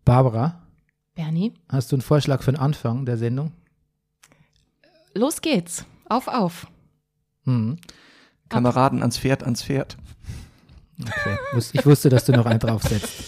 Barbara, Bernie, hast du einen Vorschlag für den Anfang der Sendung? los geht's. Auf. Kameraden ans Pferd. Okay. Ich wusste, dass du noch einen draufsetzt.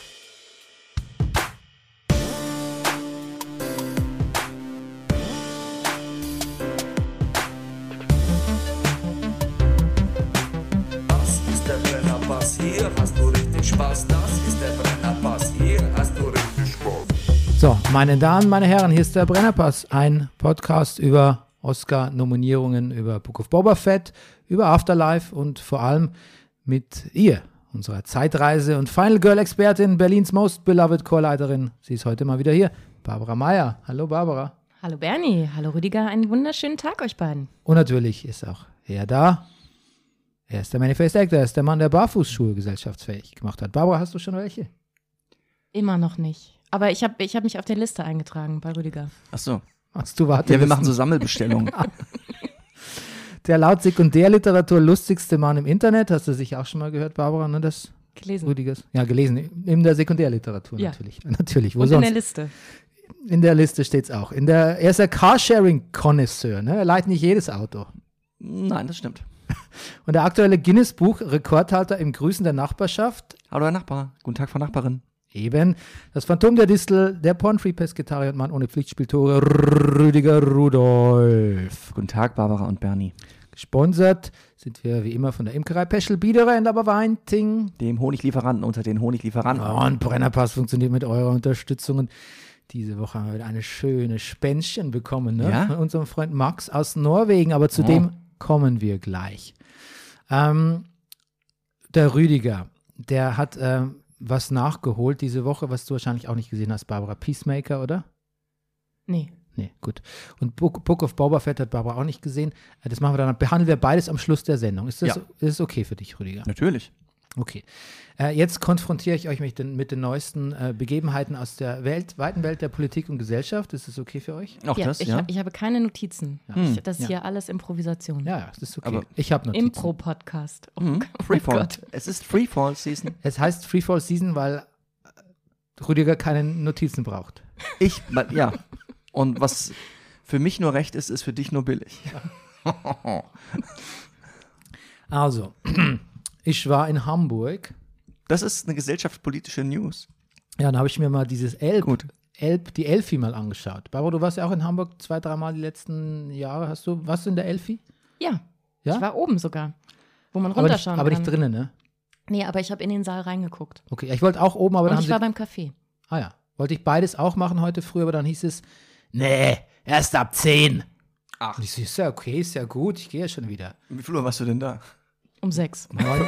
Das ist der Brennerpass, hier hast du richtig Spaß. Das ist der Brennerpass, hier hast du richtig Spaß. So, meine Damen, meine Herren, hier ist der Brennerpass, ein Podcast über Oscar-Nominierungen, über Book of Boba Fett, über Afterlife und vor allem mit ihr, unserer Zeitreise- und Final Girl-Expertin, Berlins most beloved Chorleiterin. Sie ist heute mal wieder hier, Barbara Meyer. Hallo Barbara. Hallo Bernie, hallo Rüdiger, einen wunderschönen Tag euch beiden. Und natürlich ist auch er da. Er ist der Manifest Actor, er ist der Mann, der Barfußschuhe gesellschaftsfähig gemacht hat. Barbara, hast du schon welche? Immer noch nicht. Aber ich hab mich auf der Liste eingetragen bei Rüdiger. Ach so. Hast du Warte? Ja, wir machen so Sammelbestellungen. Der laut Sekundärliteratur lustigste Mann im Internet, hast du sicher auch schon mal gehört, Barbara, ne, das Gelesen. Rüdigers? Ja, gelesen, in der Sekundärliteratur Ja. natürlich, wo Und sonst? in der Liste. In der Liste steht es auch. Er ist der Carsharing-Connoisseur, ne? Er leiht nicht jedes Auto. Nein, das stimmt. Und der aktuelle Guinness-Buch-Rekordhalter im Grüßen der Nachbarschaft, Hallo, Herr Nachbar. Guten Tag, Frau Nachbarin. eben das Phantom der Distel, der Pornfree-Pesketarier und Mann ohne Pflichtspieltore, Rüdiger Rudolph. Guten Tag, Barbara und Bernie. Gesponsert sind wir wie immer von der Imkerei Peschel Biederer in Laberweinting. Dem Honiglieferanten unter den Honiglieferanten. Und Brennerpass funktioniert mit eurer Unterstützung. Und diese Woche haben wir wieder eine schöne Spännchen bekommen, ne? Ja? Von unserem Freund Max aus Norwegen. Aber zu dem kommen wir gleich. Der Rüdiger, der hat was nachgeholt diese Woche, was du wahrscheinlich auch nicht gesehen hast, Barbara. Peacemaker, oder? Nee. Nee, gut. Und Book of Boba Fett hat Barbara auch nicht gesehen. Das machen wir dann, behandeln wir beides am Schluss der Sendung. Ist das okay für dich, Rüdiger? Natürlich. Okay. Jetzt konfrontiere ich euch mit den neuesten Begebenheiten aus der weiten Welt der Politik und Gesellschaft. Ist das okay für euch? Auch Ja, das, ich, ja. hab, ich habe keine Notizen. Das ist hier alles Improvisation. Ja, das ist okay. Aber ich habe Notizen. Impro-Podcast. Oh Freefall. Gott. Es ist Freefall Season. Es heißt Freefall Season, weil Rüdiger keine Notizen braucht. Ja. Und was für mich nur recht ist, ist für dich nur billig. Also, ich war in Hamburg. Das ist eine gesellschaftspolitische News. Ja, dann habe ich mir mal dieses Gut. die Elfi mal angeschaut. Barbara, du warst ja auch in Hamburg 2-3 Mal die letzten Jahre. Warst du in der Elfi? Ja. Ja? Ich war oben sogar, wo man Aber runterschauen nicht kann. drinnen, ne? Nee, aber ich habe in den Saal reingeguckt. Okay, ja, ich wollte auch oben, aber Und dann ich war beim Café. wollte ich beides auch machen heute früh, aber dann hieß es, nee, erst ab 10. Ach. Und ich so, ist ja okay, ist ja gut, ich gehe ja schon wieder. Wie viel Uhr warst du denn da? Um 6.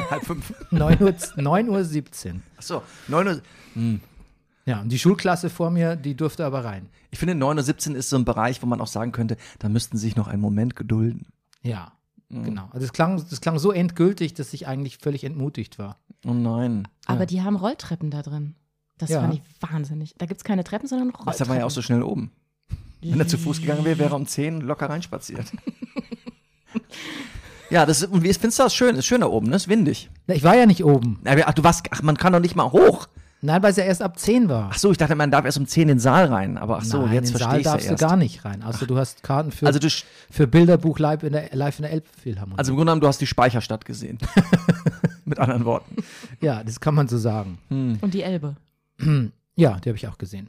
9:17 Uhr. Ach so, 9 Uhr. Ja, und die Schulklasse vor mir, die durfte aber rein. Ich finde, 9:17 Uhr ist so ein Bereich, wo man auch sagen könnte, da müssten sie sich noch einen Moment gedulden. Ja, genau. Also das klang so endgültig, dass ich eigentlich völlig entmutigt war. Oh nein. Aber die haben Rolltreppen da drin. Das Ja. fand ich wahnsinnig. Da gibt es keine Treppen, sondern Rolltreppen. Deshalb war ja auch so schnell oben. Wenn er zu Fuß gegangen wäre, wäre er um 10 locker reinspaziert. Ja, und wie findest du das schön? Ist schön da oben, ne? Ist windig. Na, ich war ja nicht oben. Man kann doch nicht mal hoch. Nein, weil es ja erst ab 10 war. Ach so, ich dachte, man darf erst um 10 in den Saal rein. Aber ach so, Nein, jetzt in den verstehe Saal ich es ja darfst erst. du gar nicht rein. Außer du hast Karten für, Also für Bilderbuch live in der Elbphilharmonie. Also im Grunde genommen, du hast die Speicherstadt gesehen. Mit anderen Worten. Ja, das kann man so sagen. Und die Elbe. Ja, die habe ich auch gesehen.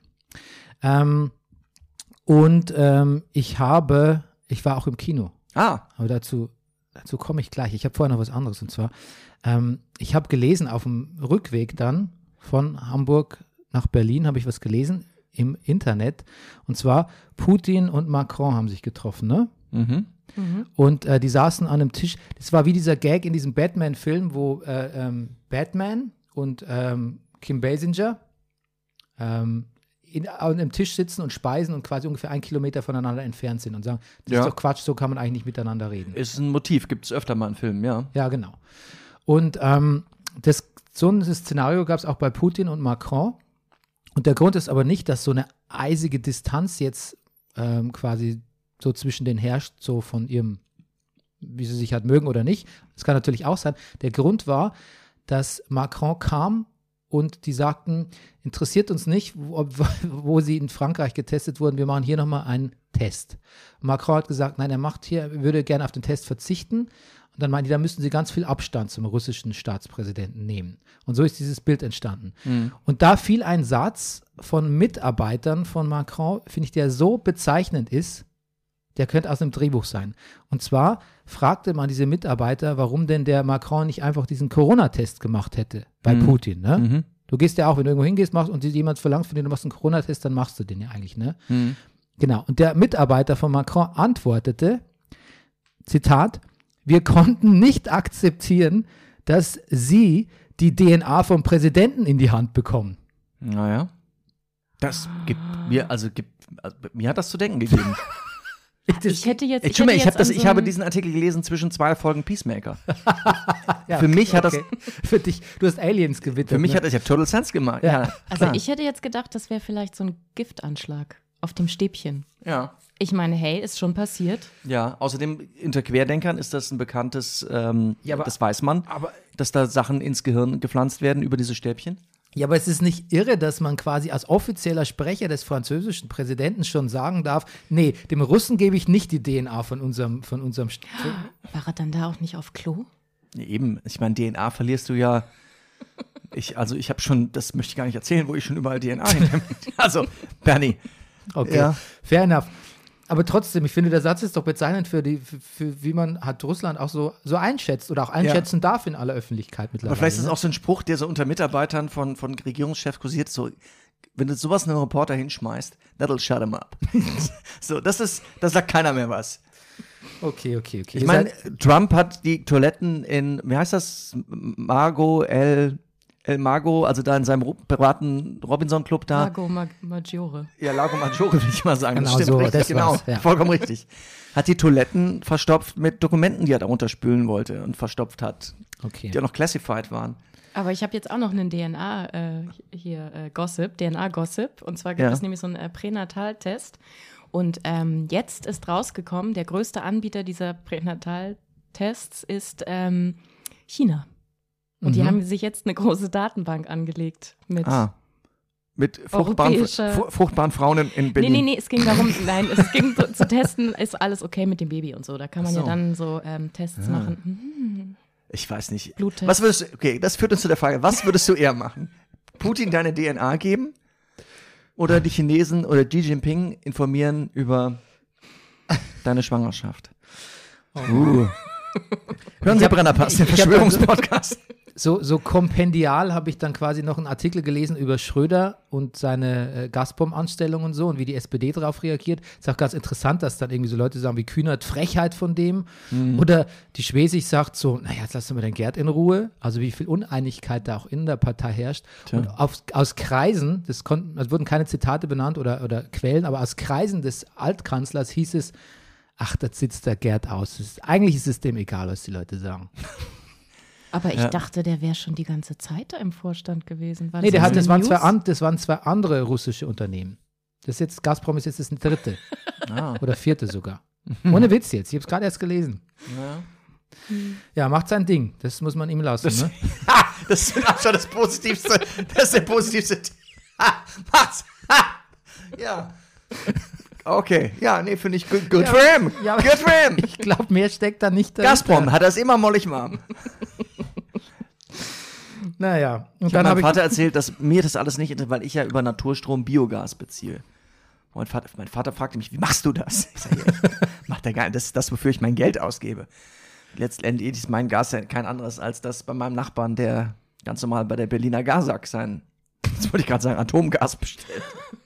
Ich war auch im Kino. Aber dazu komme ich gleich. Ich habe vorher noch was anderes. Und zwar, ich habe gelesen auf dem Rückweg dann von Hamburg nach Berlin, habe ich was gelesen im Internet. Und zwar, Putin und Macron haben sich getroffen, ne? Mhm. Und die saßen an einem Tisch. Das war wie dieser Gag in diesem Batman-Film, wo Batman und Kim Basinger an einem Tisch sitzen und speisen und quasi ungefähr 1 Kilometer voneinander entfernt sind und sagen, das ist doch Quatsch, so kann man eigentlich nicht miteinander reden. Ist ein Motiv, gibt es öfter mal in Filmen, ja. Ja, genau. Und so ein Szenario gab es auch bei Putin und Macron. Und der Grund ist aber nicht, dass so eine eisige Distanz jetzt quasi so zwischen denen herrscht, so von ihrem, wie sie sich halt mögen oder nicht. Das kann natürlich auch sein. Der Grund war, dass Macron kam und die sagten, interessiert uns nicht, wo sie in Frankreich getestet wurden, wir machen hier nochmal einen Test. Macron hat gesagt, nein, er würde gerne auf den Test verzichten. Und dann meinen die, da müssen sie ganz viel Abstand zum russischen Staatspräsidenten nehmen. Und so ist dieses Bild entstanden. Und da fiel ein Satz von Mitarbeitern von Macron, finde ich, der so bezeichnend ist, der könnte aus einem Drehbuch sein. Und zwar fragte man diese Mitarbeiter, warum denn der Macron nicht einfach diesen Corona-Test gemacht hätte bei Putin. Ne? Du gehst ja auch, wenn du irgendwo hingehst und jemand verlangt von dir, du machst einen Corona-Test, dann machst du den ja eigentlich. Ne? Genau. Und der Mitarbeiter von Macron antwortete, Zitat, wir konnten nicht akzeptieren, dass Sie die DNA vom Präsidenten in die Hand bekommen. Naja. Das gibt mir, mir hat das zu denken gegeben. Ich habe diesen Artikel gelesen zwischen 2 Folgen Peacemaker. Ja, für mich hat das. Für dich, du hast Aliens gewittert. Für mich hat das ja total Sense gemacht. Ja, also ich hätte jetzt gedacht, das wäre vielleicht so ein Giftanschlag auf dem Stäbchen. Ja. Ich meine, hey, ist schon passiert. Ja, außerdem unter Querdenkern ist das ein bekanntes, das weiß man, dass da Sachen ins Gehirn gepflanzt werden über diese Stäbchen. Ja, aber es ist nicht irre, dass man quasi als offizieller Sprecher des französischen Präsidenten schon sagen darf, nee, dem Russen gebe ich nicht die DNA von unserem War er dann da auch nicht auf Klo? Nee, eben, ich meine, DNA verlierst du ja. Ich habe schon, das möchte ich gar nicht erzählen, wo ich schon überall DNA hinter. Also, Bernie. Okay, ja. Fair enough. Aber trotzdem, ich finde, der Satz ist doch bezeichnend für wie man halt Russland auch so einschätzt oder auch einschätzen darf in aller Öffentlichkeit mittlerweile. Aber vielleicht ist es auch so ein Spruch, der so unter Mitarbeitern von Regierungschefs kursiert, so, wenn du sowas einem Reporter hinschmeißt, that'll shut him up. So, da sagt keiner mehr was. Okay. Ich meine, Trump hat die Toiletten in, wie heißt das, El Mago, also da in seinem privaten Robinson-Club da. Lago Maggiore. Ja, Lago Maggiore, würde ich mal sagen. Genau, das stimmt so, richtig, das genau. war's, ja. Vollkommen richtig. Hat die Toiletten verstopft mit Dokumenten, die er darunter spülen wollte und verstopft hat. Okay. Die auch noch classified waren. Aber ich habe jetzt auch noch einen DNA-Gossip. Und zwar gibt es nämlich so einen Pränataltest. Und jetzt ist rausgekommen, der größte Anbieter dieser Pränataltests ist China. Und die haben sich jetzt eine große Datenbank angelegt mit fruchtbaren Frauen in Berlin. Nee, es ging darum, es ging zu testen, ist alles okay mit dem Baby und so. Da kann man ja dann so Tests machen. Ich weiß nicht. Bluttest. Das führt uns zu der Frage, was würdest du eher machen? Putin deine DNA geben? Oder die Chinesen oder Xi Jinping informieren über deine Schwangerschaft? Hören Sie Brennerpass, den Verschwörungspodcast. So kompendial habe ich dann quasi noch einen Artikel gelesen über Schröder und seine Gazprom-Anstellung und so und wie die SPD darauf reagiert. Ist auch ganz interessant, dass dann irgendwie so Leute sagen wie Kühnert, Frechheit von dem. Oder die Schwesig sagt so, naja, jetzt lassen wir den Gerd in Ruhe. Also wie viel Uneinigkeit da auch in der Partei herrscht. Tja. Und aus Kreisen, es wurden keine Zitate benannt oder Quellen, aber aus Kreisen des Altkanzlers hieß es, ach, da sitzt der Gerd aus. Eigentlich ist es dem egal, was die Leute sagen. Aber ich dachte, der wäre schon die ganze Zeit da im Vorstand gewesen. Nee, das waren zwei andere russische Unternehmen. Gazprom ist jetzt das 3. oder 4. sogar. Ohne Witz jetzt, ich habe es gerade erst gelesen. Ja, macht sein Ding. Das muss man ihm lassen. Ne? Das ist schon das Positivste. Das ist der positivste. Was? Ja. Okay, ja, nee, finde ich good for him. Ja, good for him. Ich glaube, mehr steckt da nicht dahinter. Gazprom hat das immer mollig warm. Naja. Und dann habe meinem Vater erzählt, dass mir das alles nicht interessiert, weil ich ja über Naturstrom Biogas beziehe. Und mein Vater fragte mich, wie machst du das? Ich sage, macht er gar nicht. Das ist das, wofür ich mein Geld ausgebe. Letztendlich ist mein Gas ja kein anderes als das bei meinem Nachbarn, der ganz normal bei der Berliner Gasag jetzt wollte ich gerade sagen, Atomgas bestellt.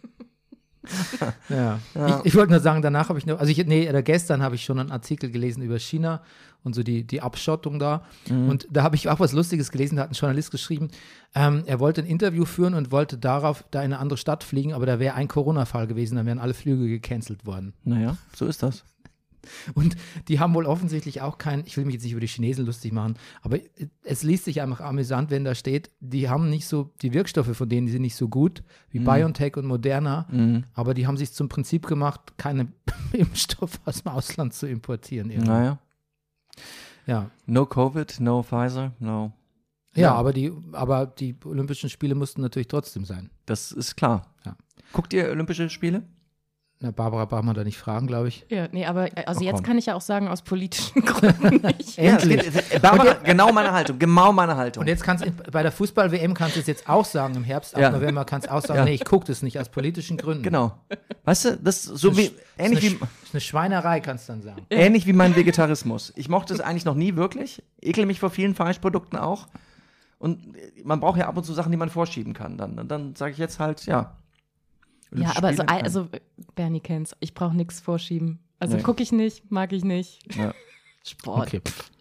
Ja. Ich wollte nur sagen, danach habe ich gestern habe ich schon einen Artikel gelesen über China und so die Abschottung da. Und da habe ich auch was Lustiges gelesen, da hat ein Journalist geschrieben, er wollte ein Interview führen und wollte da in eine andere Stadt fliegen, aber da wäre ein Corona-Fall gewesen, dann wären alle Flüge gecancelt worden. Naja, so ist das. Und die haben wohl offensichtlich auch ich will mich jetzt nicht über die Chinesen lustig machen, aber es liest sich einfach amüsant, wenn da steht, die haben nicht so, die Wirkstoffe von denen, die sind nicht so gut wie BioNTech und Moderna, aber die haben sich zum Prinzip gemacht, keinen Impfstoff aus dem Ausland zu importieren. Irgendwie. Naja. Ja. No Covid, no Pfizer, no. Ja, aber die Olympischen Spiele mussten natürlich trotzdem sein. Das ist klar. Ja. Guckt ihr Olympische Spiele? Na, Barbara braucht man da nicht fragen, glaube ich. Ja, nee, aber also jetzt kann ich ja auch sagen, aus politischen Gründen nicht. Endlich. Barbara, genau meine Haltung. Und jetzt kannst du bei der Fußball-WM kannst du es jetzt auch sagen, im Herbst, ab November kannst du auch sagen, nee, ich gucke das nicht aus politischen Gründen. Genau. Weißt du, das ist so wie, ähnlich wie. Das ist eine Schweinerei, kannst du dann sagen. Ähnlich wie mein Vegetarismus. Ich mochte es eigentlich noch nie wirklich. Ekel mich vor vielen Fleischprodukten auch. Und man braucht ja ab und zu Sachen, die man vorschieben kann. Dann sage ich jetzt halt, ja. Ja, aber also Bernie kennt's. Ich brauche nichts vorschieben. Also gucke ich nicht, mag ich nicht. Ja. Sport.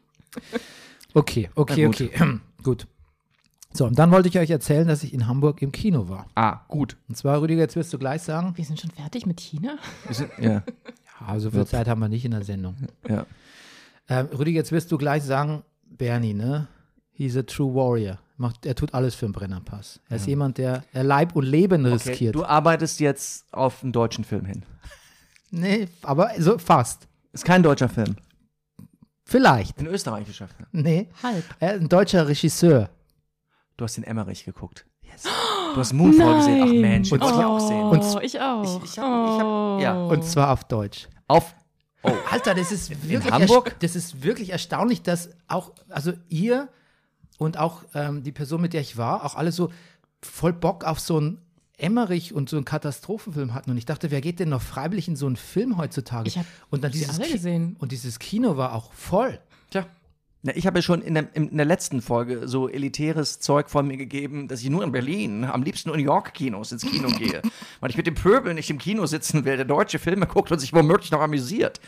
Okay. Gut. So, und dann wollte ich euch erzählen, dass ich in Hamburg im Kino war. Ah, gut. Und zwar, Rüdiger, jetzt wirst du gleich sagen. Wir sind schon fertig mit China? Ja. Ja, so viel Zeit haben wir nicht in der Sendung. Ja. Rüdiger, jetzt wirst du gleich sagen, Bernie, ne? He's a true warrior. Er tut alles für den Brennerpass. Er ist jemand, der Leib und Leben riskiert. Du arbeitest jetzt auf einen deutschen Film hin. Nee, aber so fast. Ist kein deutscher Film. Vielleicht. Ein österreichischer Film. Nee. Halb. Ein deutscher Regisseur. Du hast den Emmerich geguckt. Yes. Du hast Moonfall gesehen. Ach Mensch, und wollte ich auch sehen. Und ich auch. Ich hab, ja. Und zwar auf Deutsch. Alter, das ist wirklich Hamburg? Das ist wirklich erstaunlich, dass auch, also ihr und auch die Person, mit der ich war, auch alle so voll Bock auf so einen Emmerich und so einen Katastrophenfilm hatten. Und ich dachte, wer geht denn noch freiwillig in so einen Film heutzutage? Ich habe alle gesehen. Und dieses Kino war auch voll. Tja. Ja, ich habe ja schon in der letzten Folge so elitäres Zeug von mir gegeben, dass ich nur in Berlin, am liebsten nur in York-Kinos ins Kino gehe. Weil ich mit dem Pöbel nicht im Kino sitzen will, der deutsche Filme guckt und sich womöglich noch amüsiert.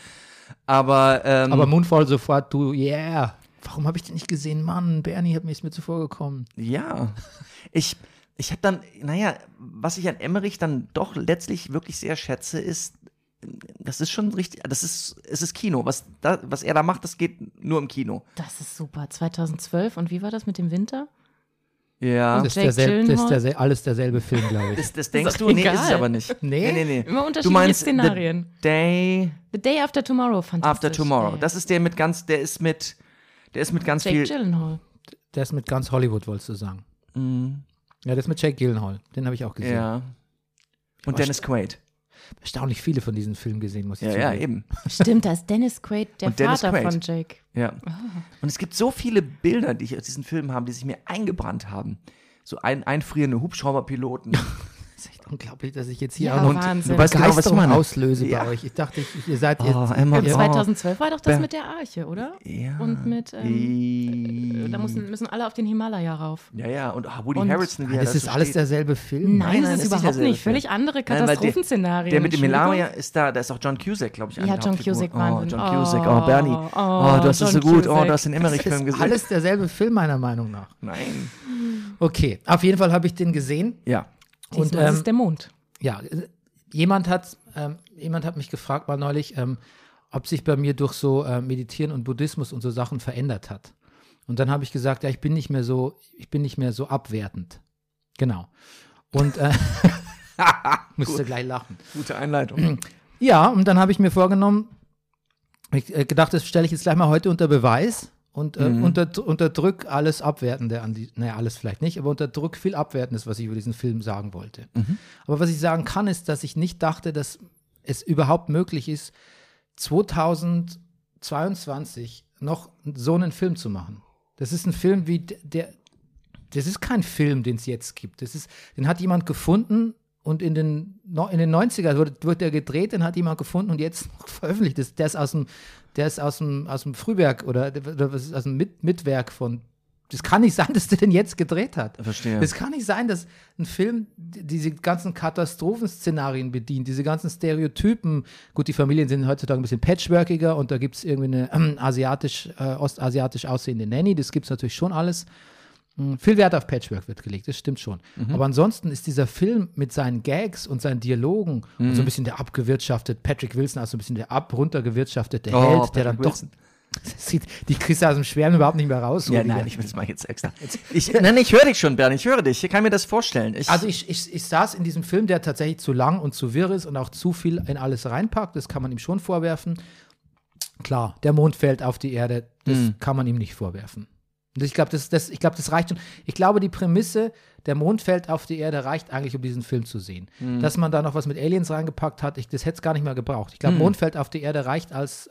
Aber Moonfall sofort, warum habe ich den nicht gesehen? Mann, Bernie ist mir zuvor gekommen. Ja, ich habe dann, was ich an Emmerich dann doch letztlich wirklich sehr schätze, ist, das ist schon richtig, es ist Kino. Was er da macht, das geht nur im Kino. Das ist super. 2012. Und wie war das mit dem Winter? Ja. Das ist alles derselbe Film, glaube ich. Das denkst du? Nee, ist es aber nicht. Nee. Immer unterschiedliche Szenarien. The Day After Tomorrow, fantastisch. After Tomorrow. Das ist der ist mit ganz Jake viel. Gyllenhaal. Der ist mit ganz Hollywood, wolltest du sagen. Mhm. Ja, der ist mit Jake Gyllenhaal. Den habe ich auch gesehen. Ja. Und Dennis Quaid. Erstaunlich viele von diesen Filmen gesehen, muss ich sagen. Ja, eben. Stimmt, da ist Dennis Quaid, der Vater von Jake. Ja. Und es gibt so viele Bilder, die ich aus diesen Filmen habe, die sich mir eingebrannt haben. So einfrierende Hubschrauberpiloten. Das ist echt unglaublich, dass ich jetzt hier auch noch du weißt genau, was ich meine. auslöse bei euch. Ich dachte, ihr seid jetzt... Und 2012 war doch das mit der Arche, oder? Ja. Und mit, da müssen alle auf den Himalaya rauf. Ja, und Woody Harrelson, wie das ist alles derselbe Film? Nein, das ist überhaupt nicht. Völlig andere Katastrophenszenarien. Der mit dem Himalaya ist da ist auch John Cusack, glaube ich. Ja, John Cusack, Wahnsinn. John Cusack, Bernie. Du hast es so gut. Du hast den Emmerich-Film gesehen. Alles derselbe Film, meiner Meinung nach. Nein. Okay, auf jeden Fall habe ich den gesehen. Ja. Und das ist der Mond. Ja, jemand hat mich gefragt mal neulich, ob sich bei mir durch so Meditieren und Buddhismus und so Sachen verändert hat. Und dann habe ich gesagt, ja, ich bin nicht mehr so abwertend. Genau. Und musste gleich lachen. Gute Einleitung. Ja, und dann habe ich mir vorgenommen, gedacht, das stelle ich jetzt gleich mal heute unter Beweis. Und unterdrück alles Abwertende alles vielleicht nicht, aber unterdrück viel Abwertendes, was ich über diesen Film sagen wollte. Aber was ich sagen kann, ist, dass ich nicht dachte, dass es überhaupt möglich ist, 2022 noch so einen Film zu machen. Das ist ein Film das ist kein Film, den es jetzt gibt. Den hat jemand gefunden und in den 90ern wird der gedreht, den hat jemand gefunden und jetzt veröffentlicht. Der ist aus dem Frühwerk oder aus dem Mitwerk von. Das kann nicht sein, dass der den jetzt gedreht hat. Verstehe. Das kann nicht sein, dass ein Film diese ganzen Katastrophenszenarien bedient, diese ganzen Stereotypen. Gut, die Familien sind heutzutage ein bisschen patchworkiger und da gibt es irgendwie eine ostasiatisch aussehende Nanny. Das gibt es natürlich schon alles. Viel Wert auf Patchwork wird gelegt, das stimmt schon. Aber ansonsten ist dieser Film mit seinen Gags und seinen Dialogen und so ein bisschen der abgewirtschaftete, Patrick Wilson, also so ein bisschen der runtergewirtschaftete Held, der dann Wilson. doch die kriegst du aus dem Schwärmen überhaupt nicht mehr raus. Ja, nein, ich will es mal jetzt extra. Ich höre dich schon, Bernd, ich höre dich. Ich kann mir das vorstellen. Ich saß in diesem Film, der tatsächlich zu lang und zu wirr ist und auch zu viel in alles reinpackt, das kann man ihm schon vorwerfen. Klar, der Mond fällt auf die Erde, das kann man ihm nicht vorwerfen. Und ich glaube, das reicht schon. Ich glaube, die Prämisse, der Mond fällt auf die Erde, reicht eigentlich, um diesen Film zu sehen. Dass man da noch was mit Aliens reingepackt hat, das hätte es gar nicht mehr gebraucht. Ich glaube, Mond fällt auf die Erde reicht als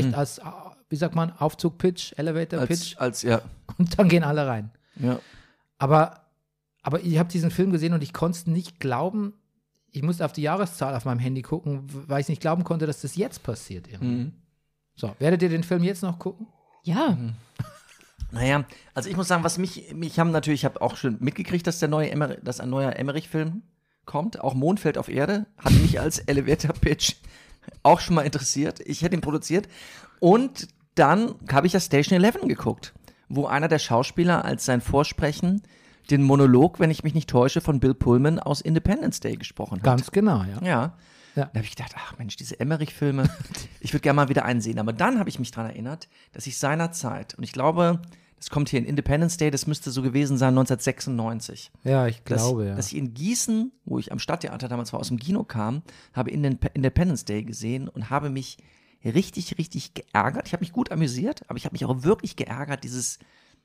wie sagt man, Aufzug-Pitch, Elevator-Pitch. Ja. Und dann gehen alle rein. Ja. Aber ich habe diesen Film gesehen und ich konnte es nicht glauben. Ich musste auf die Jahreszahl auf meinem Handy gucken, weil ich nicht glauben konnte, dass das jetzt passiert. So, werdet ihr den Film jetzt noch gucken? Ja. Naja, also ich muss sagen, ich habe auch schon mitgekriegt, dass ein neuer Emmerich-Film kommt. Auch Mond fällt auf Erde. Hat mich als Elevator-Pitch auch schon mal interessiert. Ich hätte ihn produziert. Und dann habe ich ja Station 11 geguckt, wo einer der Schauspieler als sein Vorsprechen den Monolog, wenn ich mich nicht täusche, von Bill Pullman aus Independence Day gesprochen hat. Ganz genau, ja. Ja. Da habe ich gedacht, ach Mensch, diese Emmerich-Filme, ich würde gerne mal wieder einen sehen. Aber dann habe ich mich daran erinnert, dass ich seinerzeit, und ich glaube, das kommt hier in Independence Day, das müsste so gewesen sein, 1996. Ja, ich glaube, dass ich in Gießen, wo ich am Stadttheater damals war, aus dem Kino kam, habe Independence Day gesehen und habe mich richtig, richtig geärgert. Ich habe mich gut amüsiert, aber ich habe mich auch wirklich geärgert, dieses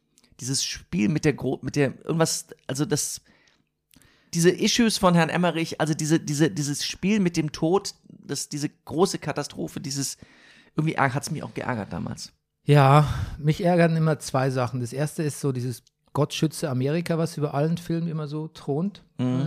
Spiel mit der irgendwas, also diese Issues von Herrn Emmerich, also dieses Spiel mit dem Tod, diese große Katastrophe, irgendwie hat es mich auch geärgert damals. Ja, mich ärgern immer zwei Sachen. Das erste ist so dieses Gott schütze Amerika, was über allen Filmen immer so thront.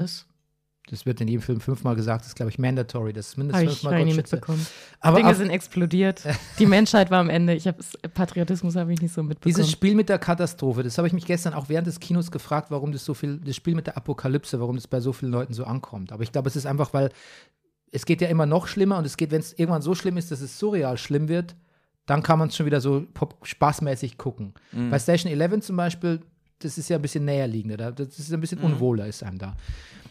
Das wird in jedem Film 5-mal gesagt, das ist, glaube ich, mandatory. Das ist mindestens 5-mal Gott schütze. Aber Dinge sind explodiert. Die Menschheit war am Ende. Patriotismus habe ich nicht so mitbekommen. Dieses Spiel mit der Katastrophe, das habe ich mich gestern auch während des Kinos gefragt, warum das Spiel mit der Apokalypse, warum das bei so vielen Leuten so ankommt. Aber ich glaube, es ist einfach, weil es geht ja immer noch schlimmer und wenn es irgendwann so schlimm ist, dass es surreal schlimm wird, dann kann man es schon wieder so spaßmäßig gucken. Bei Station 11 zum Beispiel, das ist ja ein bisschen näherliegender, das ist ein bisschen unwohler, ist einem da.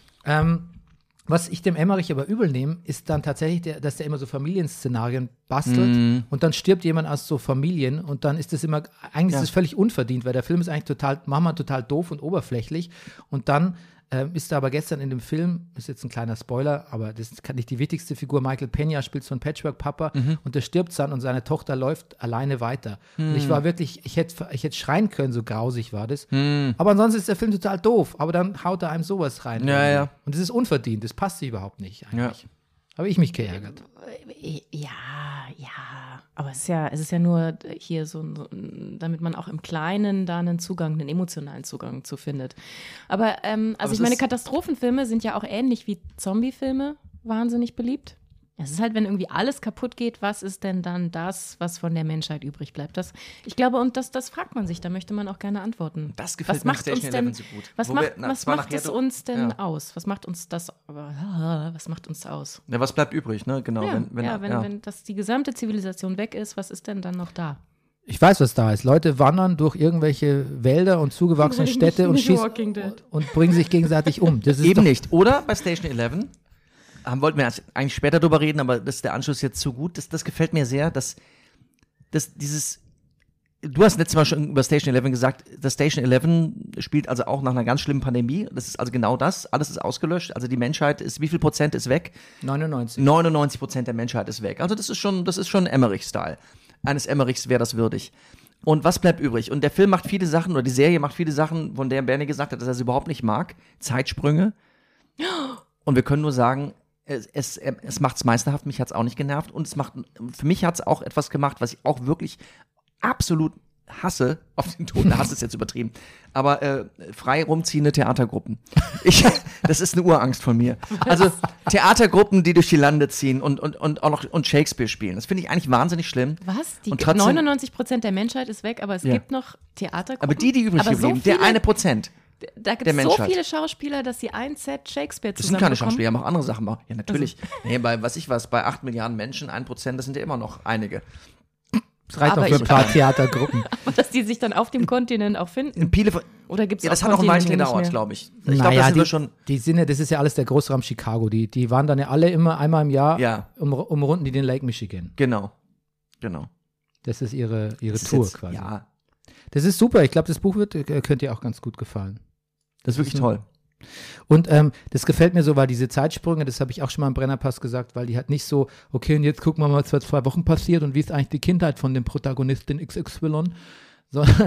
Was ich dem Emmerich aber übel nehme, ist dann tatsächlich, dass der immer so Familienszenarien bastelt und dann stirbt jemand aus so Familien und dann ist das immer, eigentlich ist das völlig unverdient, weil der Film ist eigentlich total doof und oberflächlich und dann ist da aber gestern in dem Film, ist jetzt ein kleiner Spoiler, aber das ist nicht die wichtigste Figur, Michael Peña spielt so einen Patchwork-Papa und der stirbt dann und seine Tochter läuft alleine weiter. Und ich war wirklich, ich hätte schreien können, so grausig war das. Aber ansonsten ist der Film total doof, aber dann haut er einem sowas rein. Ja. Und das ist unverdient, das passt sich überhaupt nicht eigentlich. Ja. Habe ich mich geärgert. Ja, aber es ist ja nur hier so, damit man auch im Kleinen da einen emotionalen Zugang zu findet. Aber ich meine, Katastrophenfilme sind ja auch ähnlich wie Zombiefilme wahnsinnig beliebt. Es ist halt, wenn irgendwie alles kaputt geht, was ist denn dann das, was von der Menschheit übrig bleibt? Ich glaube, und das fragt man sich, da möchte man auch gerne antworten. Das gefällt mir Station 11 so gut. Was macht es uns denn aus? Was macht uns das aus? Ja, was bleibt übrig, ne? Genau. Wenn die gesamte Zivilisation weg ist, was ist denn dann noch da? Ich weiß, was da ist. Leute wandern durch irgendwelche Wälder und zugewachsene Städte und schießen und bringen sich gegenseitig um. Das ist eben nicht. Oder bei Station 11 wollten wir eigentlich später drüber reden, aber das ist der Anschluss jetzt zu gut. Das gefällt mir sehr, dass du hast letztes Mal schon über Station 11 gesagt, das Station 11 spielt also auch nach einer ganz schlimmen Pandemie. Das ist also genau das. Alles ist ausgelöscht. Also die Menschheit ist, wie viel Prozent ist weg? 99% der Menschheit ist weg. Also das ist schon Emmerich-Style. Eines Emmerichs wäre das würdig. Und was bleibt übrig? Und der Film macht viele Sachen, oder die Serie macht viele Sachen, von der Bernie gesagt hat, dass er sie überhaupt nicht mag. Zeitsprünge. Und wir können nur sagen, es macht es meisterhaft, mich hat es auch nicht genervt und für mich hat es auch etwas gemacht, was ich auch wirklich absolut hasse, auf den Ton, Hass ist jetzt übertrieben, aber frei rumziehende Theatergruppen. Das ist eine Urangst von mir. Also Theatergruppen, die durch die Lande ziehen und auch noch Shakespeare spielen, das finde ich eigentlich wahnsinnig schlimm. Was? 99% der Menschheit ist weg, aber es gibt noch Theatergruppen? Aber die übrig geblieben, der 1%. Da gibt es so viele Schauspieler, dass sie ein Set Shakespeare zusammen Das sind keine Schauspieler, die haben auch andere Sachen machen. Ja, natürlich. Also. Nee, bei 8 Milliarden Menschen, 1%, das sind ja immer noch einige. Das reicht auch für ein paar Theatergruppen. Aber dass die sich dann auf dem Kontinent auch finden? Oder gibt's das hat noch ein Weilchen gedauert, glaube ich. Ich glaube, das sind wir schon. Das ist ja alles der Großraum Chicago. Die waren dann ja alle immer einmal im Jahr, umrunden die den Lake Michigan. Genau. Das ist ihre Tour jetzt, quasi. Ja. Das ist super. Ich glaube, das Buch könnte dir auch ganz gut gefallen. Das ist wirklich toll. Und das gefällt mir so, weil diese Zeitsprünge, das habe ich auch schon mal im Brennerpass gesagt, weil die halt nicht so, okay, und jetzt gucken wir mal, was vor 2 Wochen passiert und wie ist eigentlich die Kindheit von dem Protagonisten XY, sondern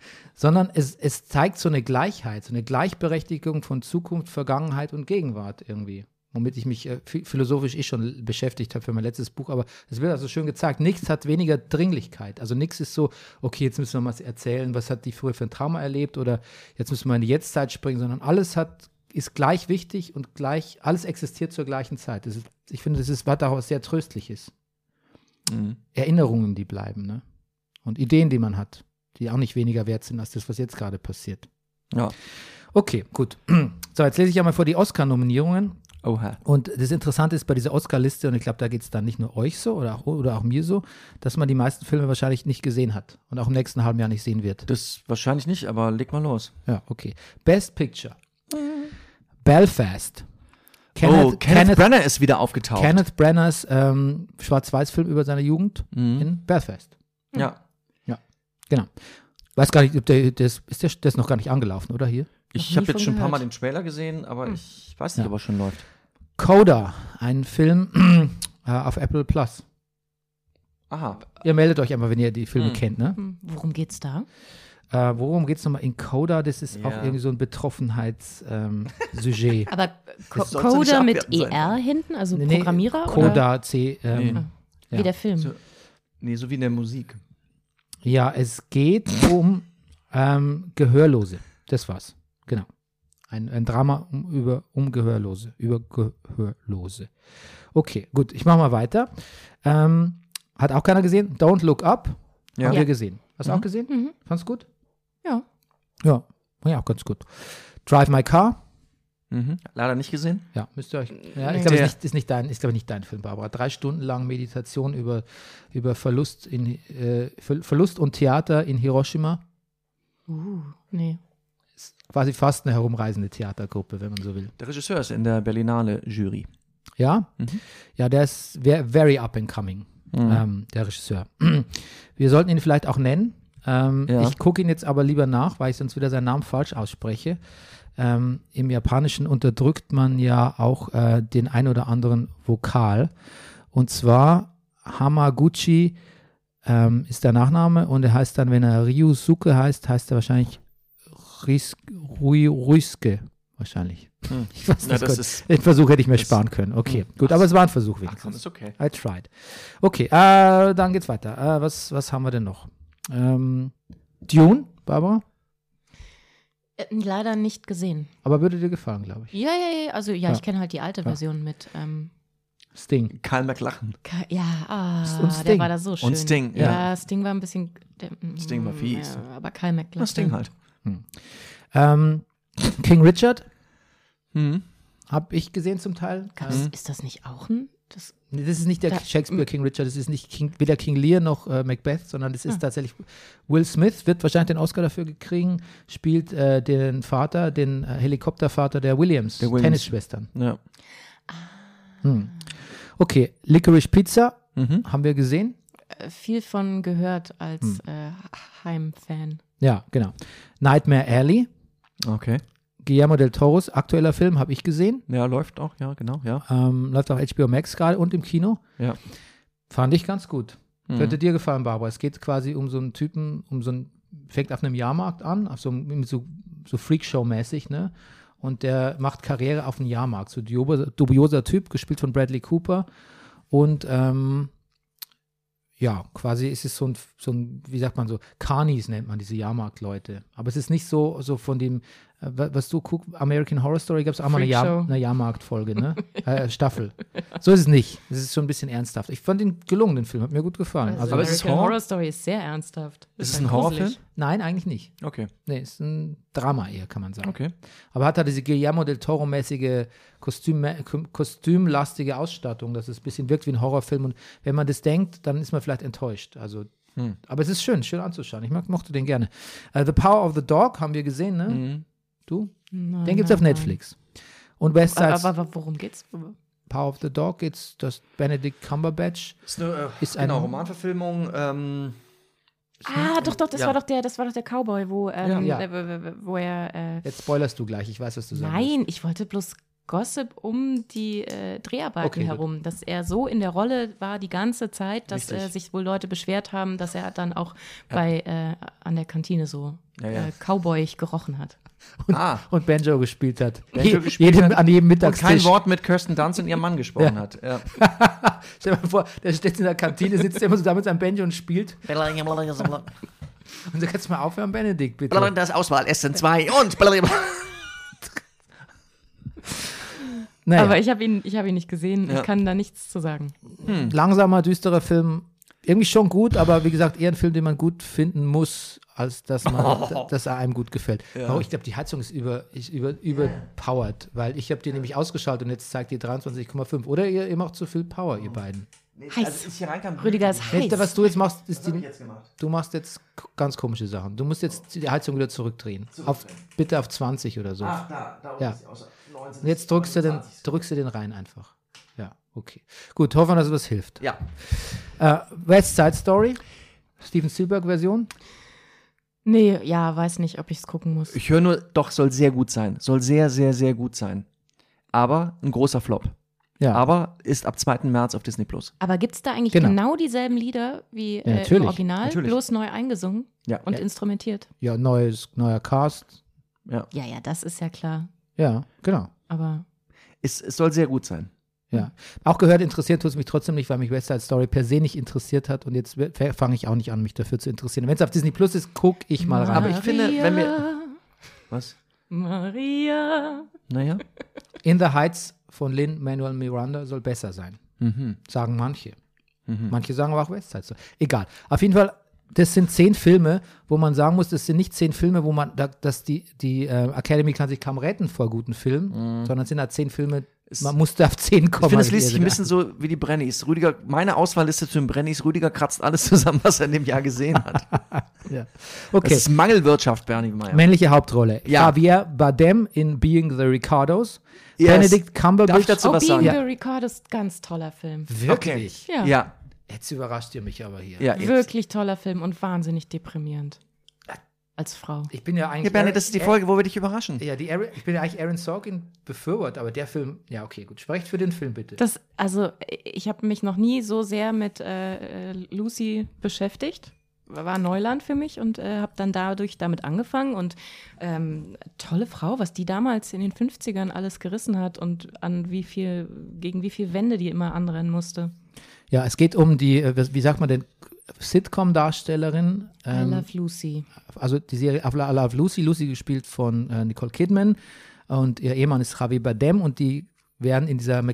sondern es zeigt so eine Gleichheit, so eine Gleichberechtigung von Zukunft, Vergangenheit und Gegenwart irgendwie. Womit ich mich philosophisch schon beschäftigt habe für mein letztes Buch, aber es wird also schön gezeigt, nichts hat weniger Dringlichkeit. Also nichts ist so, okay, jetzt müssen wir mal erzählen, was hat die früher für ein Trauma erlebt oder jetzt müssen wir in die Jetztzeit springen, sondern alles ist gleich wichtig und alles existiert zur gleichen Zeit. Ich finde, das ist was auch sehr Tröstliches. Erinnerungen, die bleiben, ne? Und Ideen, die man hat, die auch nicht weniger wert sind als das, was jetzt gerade passiert. Ja. Okay, gut. So, jetzt lese ich einmal vor die Oscar-Nominierungen. Oha. Und das Interessante ist bei dieser Oscar-Liste, und ich glaube, da geht es dann nicht nur euch so oder auch mir so, dass man die meisten Filme wahrscheinlich nicht gesehen hat und auch im nächsten halben Jahr nicht sehen wird. Das wahrscheinlich nicht, aber leg mal los. Ja, okay. Best Picture. Belfast. Kenneth Branagh ist wieder aufgetaucht. Kenneth Branaghs Schwarz-Weiß-Film über seine Jugend in Belfast. Ja. Ja, genau. Weiß gar nicht, ob der ist noch gar nicht angelaufen, oder hier? Ich habe jetzt schon ein paar Mal den Trailer gesehen, aber ich weiß nicht, ob er schon läuft. Coda, ein Film auf Apple Plus. Aha. Ihr meldet euch einfach, wenn ihr die Filme kennt, ne? Worum geht's da? Worum geht's nochmal in Coda? Das ist auch irgendwie so ein Betroffenheits-Sujet. Aber Das soll's Coda nicht mit abwertend sein. ER hinten, also Nee, Programmierer? Coda, oder? C. Wie der Film. So wie in der Musik. Ja, es geht um Gehörlose. Das war's. Genau. Ein Drama um Gehörlose. Über Gehörlose. Okay, gut. Ich mache mal weiter. Hat auch keiner gesehen? Don't Look Up. Ja. Haben wir gesehen. Hast du auch gesehen? Mhm. Fand's gut? Ja. Ja, auch ganz gut. Drive My Car. Leider nicht gesehen. Ja, müsst ihr euch. Ja, ich glaube, ist nicht dein Film, Barbara. 3 Stunden lang Meditation über Verlust und Theater in Hiroshima. Nee. Ist quasi fast eine herumreisende Theatergruppe, wenn man so will. Der Regisseur ist in der Berlinale Jury. Ja? Ja, der ist very up and coming, der Regisseur. Wir sollten ihn vielleicht auch nennen. Ich gucke ihn jetzt aber lieber nach, weil ich sonst wieder seinen Namen falsch ausspreche. Im Japanischen unterdrückt man ja auch den ein oder anderen Vokal. Und zwar Hamaguchi ist der Nachname und er heißt dann, wenn er Ryusuke heißt er wahrscheinlich Ruiske. Wahrscheinlich. Ich weiß nicht. Den Versuch hätte ich mir sparen können. Okay, gut, aber es war ein Versuch wenigstens. Ist okay. I tried. Okay, dann geht's weiter. Was haben wir denn noch? Dune, Barbara? Leider nicht gesehen. Aber würde dir gefallen, glaube ich. Ja. Also ich kenne halt die alte Version mit Sting. Karl McLachlan. Und Sting. Der war da so schön. Und Sting, ja. Sting war ein bisschen. Sting war fies. Ja, aber Karl McLachlan. Sting halt. King Richard. Habe ich gesehen zum Teil. Ist das nicht auch ein? Das ist nicht der Shakespeare King Richard, das ist nicht weder King Lear noch Macbeth, sondern das ist tatsächlich Will Smith, wird wahrscheinlich den Oscar dafür kriegen, spielt den Vater, den Helikoptervater der Williams. Tennisschwestern. Ja. Okay, Licorice Pizza haben wir gesehen. Viel von gehört als Heim-Fan. Ja, genau. Nightmare Alley. Okay. Guillermo del Toros aktueller Film, habe ich gesehen. Ja, läuft auch, ja, genau, ja. Läuft auf HBO Max gerade und im Kino. Ja. Fand ich ganz gut. Könnte dir gefallen, Barbara. Es geht quasi um so einen Typen, fängt auf einem Jahrmarkt an, auf so Freakshow-mäßig, ne? Und der macht Karriere auf einem Jahrmarkt. So dubioser Typ, gespielt von Bradley Cooper. Und quasi ist es so ein, wie sagt man so, Carnies nennt man diese Jahrmarktleute. Aber es ist nicht so von dem, was du guckst, American Horror Story, gab es auch mal eine Jahrmarktfolge, ne? Staffel. So ist es nicht. Es ist schon ein bisschen ernsthaft. Ich fand ihn gelungen, den Film, hat mir gut gefallen. Also American Horror Story ist sehr ernsthaft. Ist es ein Horrorfilm? Nein, eigentlich nicht. Okay. Nee, ist ein Drama eher, kann man sagen. Okay. Aber hat diese Guillermo del Toro-mäßige kostümlastige Ausstattung, dass es ein bisschen wirkt wie ein Horrorfilm. Und wenn man das denkt, dann ist man vielleicht enttäuscht. Also, aber es ist schön anzuschauen. Ich mochte den gerne. The Power of the Dog haben wir gesehen, ne? Du? Nein, den gibt's auf Netflix. Und West Side. Aber worum geht's? Power of the Dog geht's, das Benedict Cumberbatch ist eine Romanverfilmung. Doch, das war doch der Cowboy, wo er. Jetzt spoilerst du gleich, ich weiß, was du sagst. Nein, ich wollte bloß Gossip um die Dreharbeiten herum, dass er so in der Rolle war die ganze Zeit, dass sich wohl Leute beschwert haben, dass er dann auch an der Kantine so cowboyig gerochen hat. Und Banjo gespielt hat. An jedem Mittagstisch. Und kein Wort mit Kirsten Dunst und ihrem Mann gesprochen hat. Ja. Stell dir mal vor, der steht in der Kantine, sitzt immer so da mit seinem Banjo und spielt. Und so, kannst du mal aufhören, Benedikt, bitte. Das Auswahl, SN2 und naja. Aber ich hab ihn nicht gesehen, ich kann da nichts zu sagen. Langsamer, düsterer Film, irgendwie schon gut, aber wie gesagt, eher ein Film, den man gut finden muss, als dass er einem gut gefällt. Ja. Ich glaube, die Heizung ist überpowered, weil ich habe die nämlich ausgeschaltet und jetzt zeigt die 23,5. Oder ihr macht zu viel Power, ihr beiden. Heiß. Also ich hier reinkam, Rüdiger ist heiß. Was du jetzt machst, ist du machst jetzt ganz komische Sachen. Du musst jetzt die Heizung wieder zurückdrehen. Bitte auf 20 oder so. Ach, da ja. Und jetzt drückst du den rein einfach. Ja, okay. Gut, hoffen wir, dass das hilft. Ja. West Side Story, Steven Spielberg-Version. Nee, weiß nicht, ob ich es gucken muss. Ich höre nur, doch, soll sehr gut sein. Soll sehr, sehr, sehr gut sein. Aber ein großer Flop. Ja. Aber ist ab 2. März auf Disney+. Aber gibt es da eigentlich genau dieselben Lieder wie im Original, bloß neu eingesungen und instrumentiert? Ja, neuer Cast. Ja, das ist ja klar. Ja, genau. Aber es soll sehr gut sein. Ja. Auch gehört, interessiert tut es mich trotzdem nicht, weil mich West Side Story per se nicht interessiert hat und jetzt fange ich auch nicht an, mich dafür zu interessieren. Wenn es auf Disney Plus ist, gucke ich mal rein. Aber ich finde, wenn wir... Was? Maria. Naja. In the Heights von Lin-Manuel Miranda soll besser sein. Sagen manche. Manche sagen aber auch West Side Story. Egal. Auf jeden Fall, das sind 10 Filme, wo man sagen muss, das sind nicht 10 Filme, wo man, dass die Academy kann sich kaum retten vor guten Filmen, sondern es sind halt 10 Filme, man musste auf 10 kommen. Ich finde, es liest sich ein bisschen so wie die Brennys. Meine Auswahlliste zu den Brennys, Rüdiger kratzt alles zusammen, was er in dem Jahr gesehen hat. Ja. Okay. Das ist Mangelwirtschaft, Bernie Meyer. Männliche Hauptrolle. Ja. Javier Bardem in Being the Ricardos. Yes. Benedict Cumberbatch. Darf ich dazu was sagen? Being the Ricardos, ganz toller Film. Wirklich? Okay. Ja. Jetzt überrascht ihr mich aber hier. Ja, wirklich toller Film und wahnsinnig deprimierend. Als Frau. Ich bin ja eigentlich. Ja, Bernie, das ist die Folge, wo wir dich überraschen. Ja, ich bin ja eigentlich Aaron Sorkin befürwortet, aber der Film, ja, okay, gut. Sprecht für den Film bitte. Ich habe mich noch nie so sehr mit Lucy beschäftigt. War Neuland für mich und habe dann damit angefangen und tolle Frau, was die damals in den 50ern alles gerissen hat und gegen wie viel Wände die immer anrennen musste. Ja, es geht um die, wie sagt man denn, Sitcom-Darstellerin. I Love Lucy. Also die Serie I Love Lucy. Lucy gespielt von Nicole Kidman und ihr Ehemann ist Javier Bardem und die werden in dieser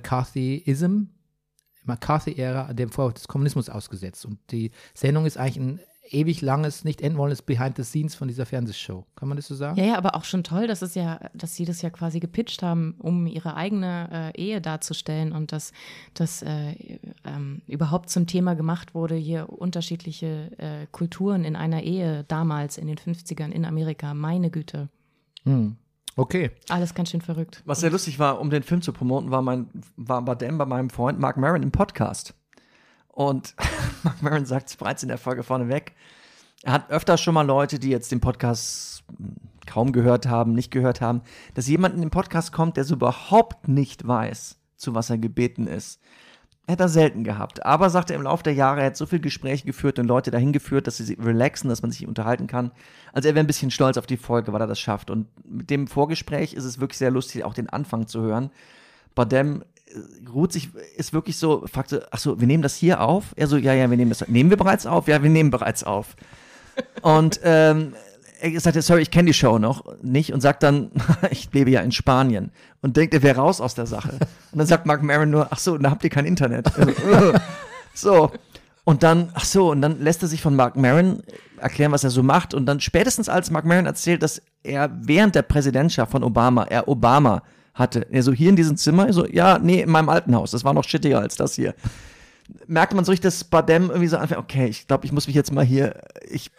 McCarthy-Ära dem Vorwurf des Kommunismus ausgesetzt. Und die Sendung ist eigentlich ein ewig langes, nicht enden wollendes Behind the Scenes von dieser Fernsehshow. Kann man das so sagen? Ja, aber auch schon toll, dass sie das ja quasi gepitcht haben, um ihre eigene Ehe darzustellen und dass überhaupt zum Thema gemacht wurde, hier unterschiedliche Kulturen in einer Ehe damals in den 50ern in Amerika. Meine Güte. Okay. Alles ganz schön verrückt. Was sehr lustig war, um den Film zu promoten, war Bardem bei meinem Freund Mark Maron im Podcast. Und Mark Maron sagt es bereits in der Folge vorneweg. Er hat öfter schon mal Leute, die jetzt den Podcast kaum gehört haben, nicht gehört haben, dass jemand in den Podcast kommt, der so überhaupt nicht weiß, zu was er gebeten ist. Hätte er selten gehabt. Aber, sagt er, im Laufe der Jahre, er hat so viele Gespräche geführt und Leute dahin geführt, dass sie sich relaxen, dass man sich unterhalten kann. Also er wäre ein bisschen stolz auf die Folge, weil er das schafft. Und mit dem Vorgespräch ist es wirklich sehr lustig, auch den Anfang zu hören. Bardem ist wirklich so, fragte, ach so, wir nehmen das hier auf? Er so, ja, wir nehmen das. Nehmen wir bereits auf? Ja, wir nehmen bereits auf. Und er sagte, sorry, ich kenne die Show noch nicht und sagt dann, ich lebe ja in Spanien und denkt, er wäre raus aus der Sache. Und dann sagt Mark Maron nur, ach so, da habt ihr kein Internet. So. Und dann lässt er sich von Mark Maron erklären, was er so macht und dann spätestens als Mark Maron erzählt, dass er während der Präsidentschaft von Obama hatte. Er so, hier in diesem Zimmer? Er so, ja, nee, in meinem alten Haus. Das war noch shittiger als das hier. Merkte man so richtig, dass Bardem irgendwie so anfängt, okay, ich glaube, ich muss mich jetzt mal hier, ich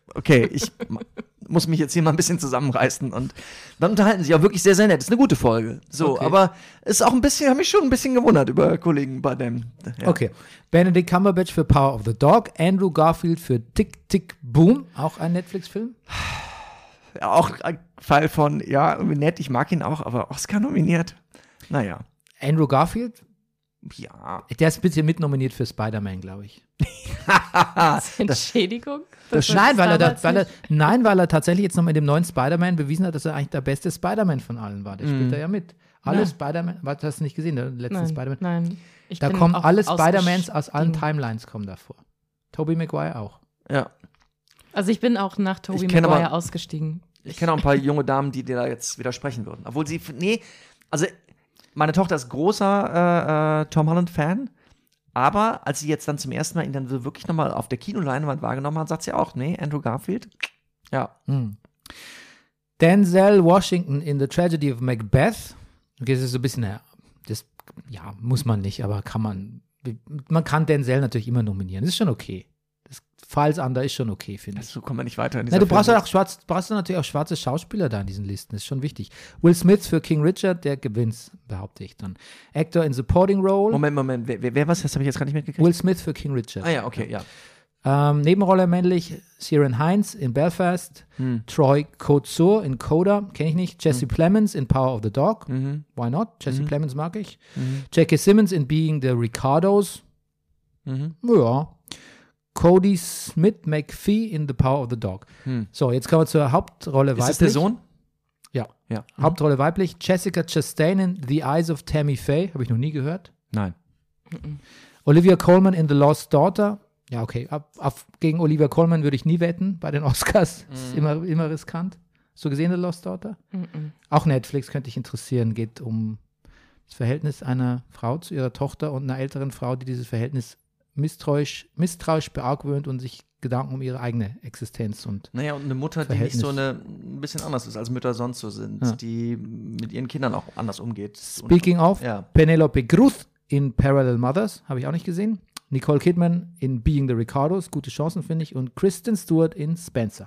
muss mich jetzt hier mal ein bisschen zusammenreißen. Und dann unterhalten sich auch wirklich sehr, sehr nett. Das ist eine gute Folge. So, okay. Aber es ist auch ein bisschen, habe mich schon ein bisschen gewundert über Kollegen Bardem. Ja. Okay. Benedict Cumberbatch für Power of the Dog, Andrew Garfield für Tick, Tick, Boom, auch ein Netflix-Film. Ja, auch ein Fall von, ja, irgendwie nett, ich mag ihn auch, aber Oscar nominiert. Naja. Andrew Garfield? Ja. Der ist ein bisschen mitnominiert für Spider-Man, glaube ich. Entschädigung? Nein, weil er tatsächlich jetzt noch mit dem neuen Spider-Man bewiesen hat, dass er eigentlich der beste Spider-Man von allen war. Der spielt da ja mit. Alle Spider-Man, hast du nicht gesehen, der letzte Spider-Man? Nein. Da kommen alle Spider-Mans aus allen Timelines kommen davor. Tobey Maguire auch. Ja. Also ich bin auch nach Tobey Maguire ausgestiegen. Ich kenne auch ein paar junge Damen, die dir da jetzt widersprechen würden. Obwohl also meine Tochter ist großer Tom Holland-Fan, aber als sie jetzt dann zum ersten Mal ihn dann so wirklich nochmal auf der Kinoleinwand wahrgenommen hat, sagt sie auch, Andrew Garfield, ja. Denzel Washington in The Tragedy of Macbeth. Okay, das ist so ein bisschen, muss man nicht, aber man kann Denzel natürlich immer nominieren. Das ist schon okay. Das Falls Under ist schon okay, finde ich. So kommen wir nicht weiter in dieser Du brauchst natürlich auch schwarze Schauspieler da in diesen Listen, das ist schon wichtig. Will Smith für King Richard, der gewinnt, behaupte ich dann. Actor in Supporting Role. Moment, wer was? Das habe ich jetzt gar nicht mitgekriegt. Will Smith für King Richard. Ah ja, okay, ja. Nebenrolle männlich, Ciarán Hinds in Belfast, Troy Kotsur in Coda, kenne ich nicht, Jesse Plemons in Power of the Dog, why not, Jesse Plemons mag ich, J.K. Simmons in Being the Ricardos, ja, Cody Smith McPhee in The Power of the Dog. So, jetzt kommen wir zur Hauptrolle weiblich. Ist das der Sohn? Ja. Hauptrolle weiblich, Jessica Chastain in The Eyes of Tammy Faye, habe ich noch nie gehört. Nein. Olivia Colman in The Lost Daughter. Ja, okay. Gegen Olivia Colman würde ich nie wetten bei den Oscars. Ist immer riskant. Hast du gesehen, The Lost Daughter? Auch Netflix könnte dich interessieren. Geht um das Verhältnis einer Frau zu ihrer Tochter und einer älteren Frau, die dieses Verhältnis misstrauisch beargwöhnt und sich Gedanken um ihre eigene Existenz und und eine Mutter, die nicht so ein bisschen anders ist, als Mütter sonst so sind, die mit ihren Kindern auch anders umgeht. Speaking of, Penelope Cruz in Parallel Mothers, habe ich auch nicht gesehen. Nicole Kidman in Being the Ricardos, gute Chancen, finde ich. Und Kristen Stewart in Spencer.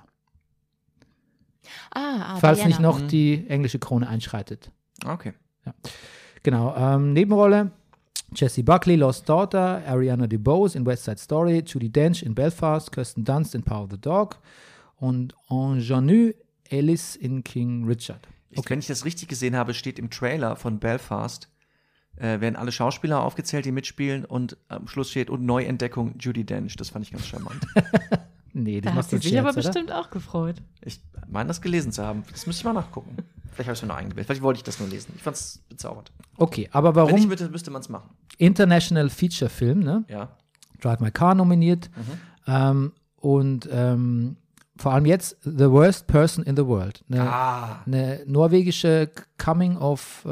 Falls Diana. nicht noch die englische Krone einschreitet. Okay. Ja. Genau. Nebenrolle: Jessie Buckley, Lost Daughter, Ariana DeBose in West Side Story, Judi Dench in Belfast, Kirsten Dunst in Power of the Dog und Ingenue Ellis in King Richard. Wenn ich das richtig gesehen habe, steht im Trailer von Belfast, werden alle Schauspieler aufgezählt, die mitspielen und am Schluss steht und Neuentdeckung Judi Dench. Das fand ich ganz charmant. Nee, das da macht hat sie sich Scherz, aber oder? bestimmt auch gefreut. Ich meine, das gelesen zu haben. Das müsste ich mal nachgucken. Vielleicht habe ich es mir noch eingebildet. Vielleicht wollte ich das nur lesen. Ich fand es bezaubernd. Okay, aber warum? Wenn nicht, müsste man es machen. International Feature Film, ne? Ja. Drive My Car nominiert. Und vor allem jetzt The Worst Person in the World. Eine norwegische Coming of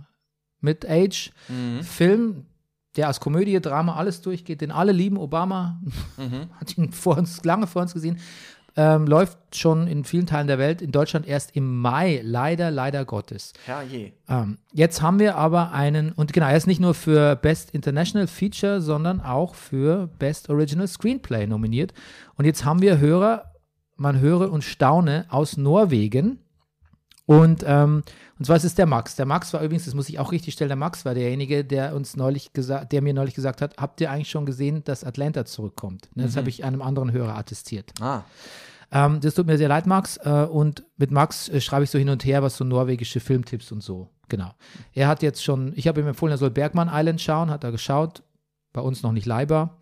Mid-Age-Film, der als Komödie, Drama alles durchgeht, den alle lieben. Obama hat ihn lange vor uns gesehen. Läuft schon in vielen Teilen der Welt, in Deutschland erst im Mai, leider Gottes. Herrje. Jetzt haben wir aber er ist nicht nur für Best International Feature, sondern auch für Best Original Screenplay nominiert. Und jetzt haben wir man höre und staune, aus Norwegen. Und zwar ist es der Max. Der Max war übrigens, das muss ich auch richtig stellen, der Max war derjenige, der mir neulich gesagt hat, habt ihr eigentlich schon gesehen, dass Atlanta zurückkommt? Ne, das habe ich einem anderen Hörer attestiert. Das tut mir sehr leid, Max. Und mit Max schreibe ich so hin und her, was so norwegische Filmtipps und so. Genau. Er hat jetzt schon, ich habe ihm empfohlen, er soll Bergman Island schauen, hat er geschaut. Bei uns noch nicht leihbar.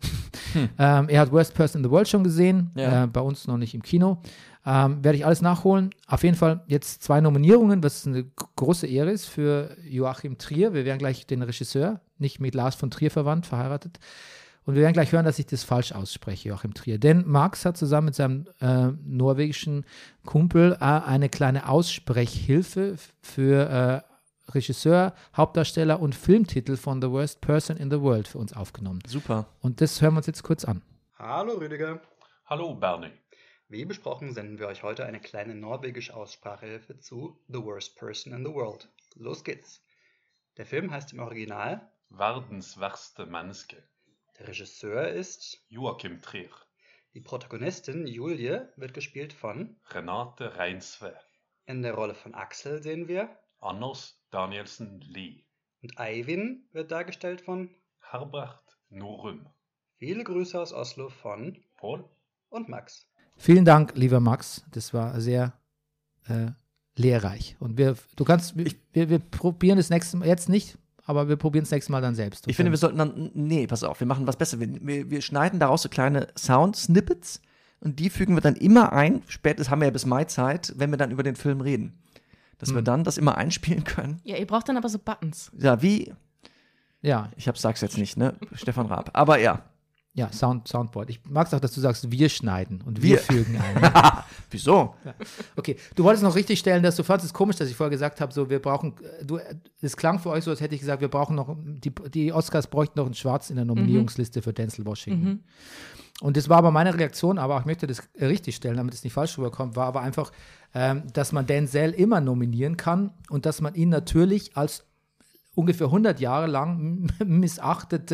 Er hat Worst Person in the World schon gesehen, bei uns noch nicht im Kino. Werde ich alles nachholen. Auf jeden Fall jetzt 2 Nominierungen, was eine große Ehre ist für Joachim Trier. Wir werden gleich den Regisseur, nicht mit Lars von Trier verheiratet. Und wir werden gleich hören, dass ich das falsch ausspreche, Joachim Trier. Denn Max hat zusammen mit seinem norwegischen Kumpel eine kleine Aussprechhilfe für Regisseur, Hauptdarsteller und Filmtitel von The Worst Person in the World für uns aufgenommen. Super. Und das hören wir uns jetzt kurz an. Hallo Rüdiger. Hallo Bernie. Wie besprochen senden wir euch heute eine kleine norwegische Aussprachehilfe zu The Worst Person in the World. Los geht's. Der Film heißt im Original Verdens verste menneske. Der Regisseur ist Joachim Trier. Die Protagonistin Julie wird gespielt von Renate Reinsve. In der Rolle von Axel sehen wir Anders Danielsen Lie. Und Eivind wird dargestellt von Herbert Norum. Viele Grüße aus Oslo von Paul und Max. Vielen Dank, lieber Max. Das war sehr lehrreich. Und wir probieren das nächste Mal, jetzt nicht aber wir probieren es nächstes Mal dann selbst. Ich finde, wir sollten dann, pass auf, wir machen was Besseres. Wir schneiden daraus so kleine Sound-Snippets und die fügen wir dann immer ein, spätestens haben wir ja bis Mai Zeit, wenn wir dann über den Film reden. Dass wir dann das immer einspielen können. Ja, ihr braucht dann aber so Buttons. Ja, wie? Ja. Sag's jetzt nicht, ne? Stefan Raab. Aber ja. Ja, Soundboard. Ich mag es auch, dass du sagst, wir schneiden und wir fügen ein. Wieso? Ja. Okay, du wolltest noch richtig stellen, dass du fandest es komisch, dass ich vorher gesagt habe, so wir brauchen, es klang für euch so, als hätte ich gesagt, wir brauchen noch, die Oscars bräuchten noch ein Schwarz in der Nominierungsliste für Denzel Washington. Und das war aber meine Reaktion, aber ich möchte das richtig stellen, damit es nicht falsch rüberkommt, war aber einfach, dass man Denzel immer nominieren kann und dass man ihn natürlich als ungefähr 100 Jahre lang missachtet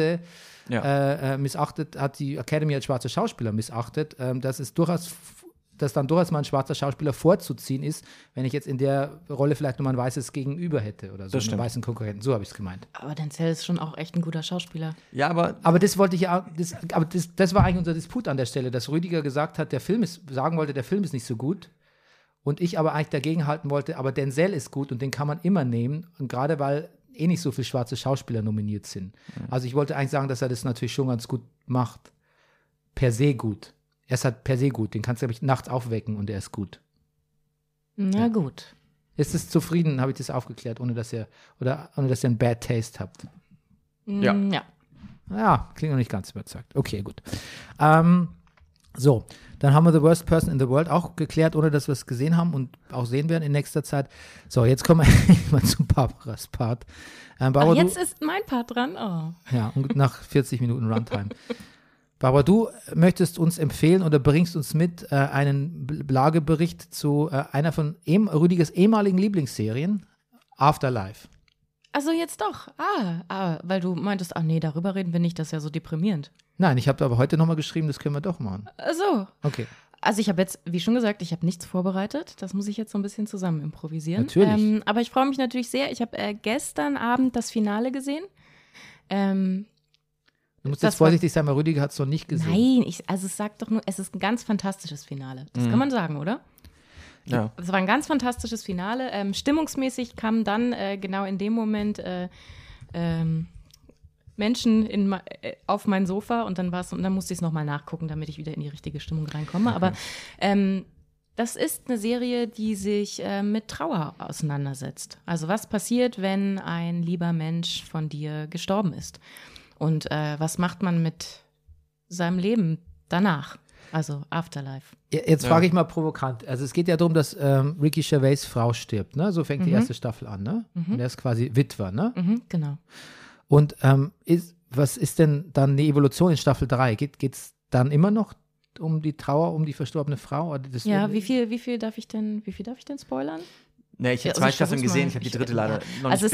hat die Academy als schwarzer Schauspieler missachtet, dass dann durchaus mal ein schwarzer Schauspieler vorzuziehen ist, wenn ich jetzt in der Rolle vielleicht nochmal ein weißes Gegenüber hätte oder so, einen weißen Konkurrenten. So habe ich es gemeint. Aber Denzel ist schon auch echt ein guter Schauspieler. Ja, aber das wollte ich ja, das war eigentlich unser Disput an der Stelle, dass Rüdiger gesagt hat, der Film ist nicht so gut. Und ich aber eigentlich dagegen halten wollte, aber Denzel ist gut und den kann man immer nehmen. Und gerade weil nicht so viele schwarze Schauspieler nominiert sind. Also ich wollte eigentlich sagen, dass er das natürlich schon ganz gut macht. Per se gut. Er ist halt per se gut. Den kannst du, glaube ich, nachts aufwecken und er ist gut. Na gut. Ist es zufrieden, habe ich das aufgeklärt, ohne dass ihr einen Bad Taste habt? Ja. Ja, klingt noch nicht ganz überzeugt. Okay, gut. So, dann haben wir The Worst Person in the World auch geklärt, ohne dass wir es gesehen haben und auch sehen werden in nächster Zeit. So, jetzt kommen wir mal zu Barbaras Part. Barbara, jetzt ist mein Part dran. Oh. Ja, und nach 40 Minuten Runtime. Barbara, du möchtest uns empfehlen oder bringst uns mit einen Lagebericht zu einer von Rüdigers ehemaligen Lieblingsserien, Afterlife. Also jetzt doch. Weil du meintest, darüber reden wir nicht, das ist ja so deprimierend. Nein, ich habe aber heute nochmal geschrieben, das können wir doch machen. So. Okay. Also ich habe jetzt, wie schon gesagt, ich habe nichts vorbereitet. Das muss ich jetzt so ein bisschen zusammen improvisieren. Natürlich. Aber ich freue mich natürlich sehr. Ich habe gestern Abend das Finale gesehen. Du musst jetzt vorsichtig sein, weil Rüdiger hat es noch nicht gesehen. Nein, es sagt doch nur, es ist ein ganz fantastisches Finale. Das kann man sagen, oder? Ja. Es war ein ganz fantastisches Finale. Stimmungsmäßig kamen dann genau in dem Moment Menschen auf mein Sofa und dann musste ich es nochmal nachgucken, damit ich wieder in die richtige Stimmung reinkomme. Okay. Aber das ist eine Serie, die sich mit Trauer auseinandersetzt. Also was passiert, wenn ein lieber Mensch von dir gestorben ist? Und was macht man mit seinem Leben danach? Also Afterlife. Jetzt frage ich mal provokant. Also es geht ja darum, dass Ricky Gervais' Frau stirbt, ne? So fängt die erste Staffel an, ne? Und er ist quasi Witwer, ne? Genau. Und was ist denn dann die Evolution in Staffel 3? Geht's dann immer noch um die Trauer, um die verstorbene Frau? Oder wie viel darf ich denn spoilern? Nee, ich habe 2 Staffeln gesehen, ich habe die dritte leider noch nicht.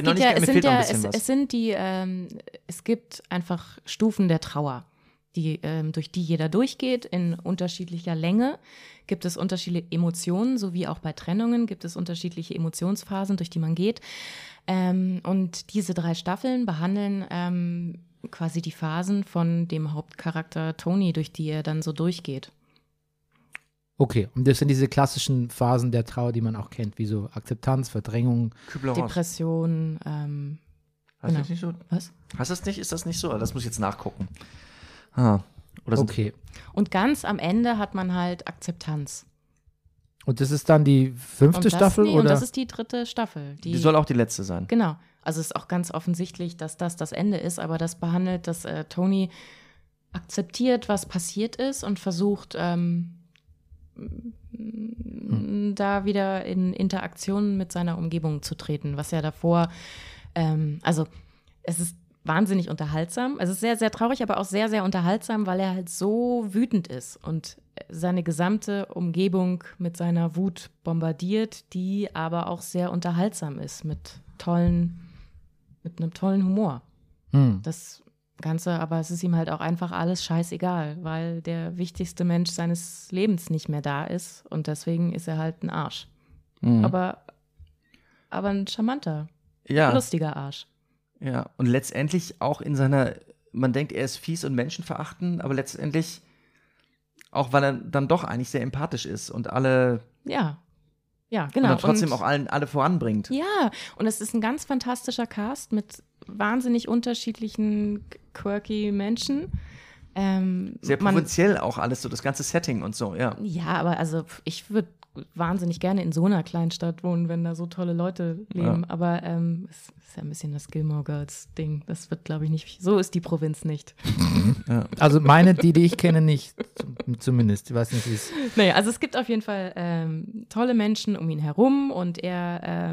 Es gibt einfach Stufen der Trauer, durch die jeder durchgeht, in unterschiedlicher Länge. Gibt es unterschiedliche Emotionen, so wie auch bei Trennungen gibt es unterschiedliche Emotionsphasen, durch die man geht. Und diese 3 Staffeln behandeln quasi die Phasen von dem Hauptcharakter Tony, durch die er dann so durchgeht. Okay, und das sind diese klassischen Phasen der Trauer, die man auch kennt, wie so Akzeptanz, Verdrängung, Depression. Hast du das nicht so? Was? Hast du das nicht? Ist das nicht so? Das muss ich jetzt nachgucken. Okay. Und ganz am Ende hat man halt Akzeptanz. Und das ist dann die 5. Staffel? Nee, oder? Und das ist die 3. Staffel. Die soll auch die letzte sein. Genau. Also es ist auch ganz offensichtlich, dass das Ende ist, aber das behandelt, dass Tony akzeptiert, was passiert ist und versucht, da wieder in Interaktion mit seiner Umgebung zu treten, was ja davor, also es ist wahnsinnig unterhaltsam. Es ist sehr, sehr traurig, aber auch sehr, sehr unterhaltsam, weil er halt so wütend ist und seine gesamte Umgebung mit seiner Wut bombardiert, die aber auch sehr unterhaltsam ist, mit einem tollen Humor. Das Ganze, aber es ist ihm halt auch einfach alles scheißegal, weil der wichtigste Mensch seines Lebens nicht mehr da ist und deswegen ist er halt ein Arsch. Aber ein charmanter, lustiger Arsch. Ja, und letztendlich auch man denkt, er ist fies und menschenverachtend, aber letztendlich auch, weil er dann doch eigentlich sehr empathisch ist und alle genau. Und dann trotzdem auch alle voranbringt. Ja, und es ist ein ganz fantastischer Cast mit wahnsinnig unterschiedlichen, quirky Menschen. Sehr provinziell auch alles, so das ganze Setting und so, ja. Ja, aber also ich würde wahnsinnig gerne in so einer kleinen Stadt wohnen, wenn da so tolle Leute leben. Ja. Aber es ist ja ein bisschen das Gilmore Girls Ding. Das wird, glaube ich, nicht. So ist die Provinz nicht. Ja. Also die ich kenne, nicht. Zumindest. Ich weiß nicht, wie es. Naja, also es gibt auf jeden Fall tolle Menschen um ihn herum und er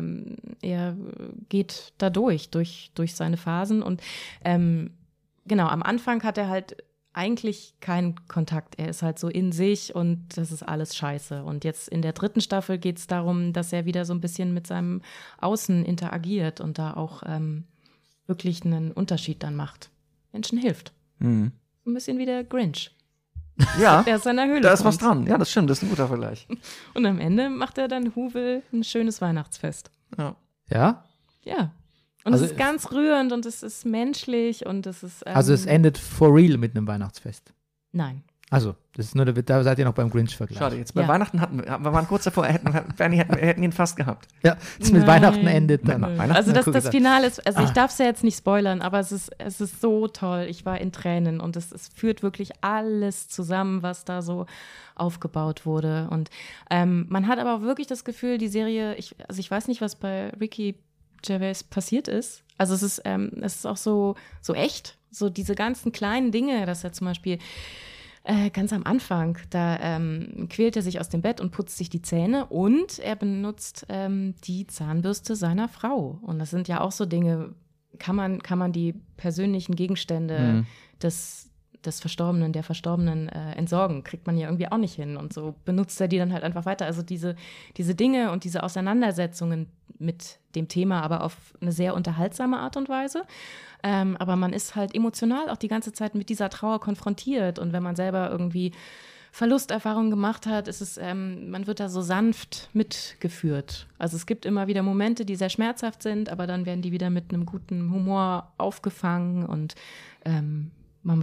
geht da durch seine Phasen. Und genau, am Anfang hat er halt eigentlich keinen Kontakt. Er ist halt so in sich und das ist alles scheiße. Und jetzt in der 3. Staffel geht es darum, dass er wieder so ein bisschen mit seinem Außen interagiert und da auch wirklich einen Unterschied dann macht. Menschen hilft. Mhm. Ein bisschen wie der Grinch. Ja, der aus seiner Höhle da ist was dran. Ja, das stimmt, das ist ein guter Vergleich. Und am Ende macht er dann Whoville ein schönes Weihnachtsfest. Ja? Ja. Ja. Und also, es ist ganz rührend und es ist menschlich und es ist. Also es endet for real mit einem Weihnachtsfest. Nein. Also, das ist nur, da seid ihr noch beim Grinch-Vergleich. Schade, jetzt bei Weihnachten wir waren kurz davor, wir hätten ihn fast gehabt. Ja, es mit Weihnachten endet dann. Also das Finale ist, also ich darf es ja jetzt nicht spoilern, aber es ist so toll. Ich war in Tränen und es führt wirklich alles zusammen, was da so aufgebaut wurde. Und man hat aber auch wirklich das Gefühl, die Serie, ich weiß nicht, was bei Ricky Gervais passiert ist. Also es ist auch so echt, so diese ganzen kleinen Dinge, dass er zum Beispiel ganz am Anfang, da quält er sich aus dem Bett und putzt sich die Zähne und er benutzt die Zahnbürste seiner Frau. Und das sind ja auch so Dinge, kann man die persönlichen Gegenstände des Verstorbenen, der Verstorbenen entsorgen, kriegt man ja irgendwie auch nicht hin. Und so benutzt er die dann halt einfach weiter. Also diese Dinge und diese Auseinandersetzungen mit dem Thema, aber auf eine sehr unterhaltsame Art und Weise. Aber man ist halt emotional auch die ganze Zeit mit dieser Trauer konfrontiert. Und wenn man selber irgendwie Verlusterfahrungen gemacht hat, ist es, man wird da so sanft mitgeführt. Also es gibt immer wieder Momente, die sehr schmerzhaft sind, aber dann werden die wieder mit einem guten Humor aufgefangen und man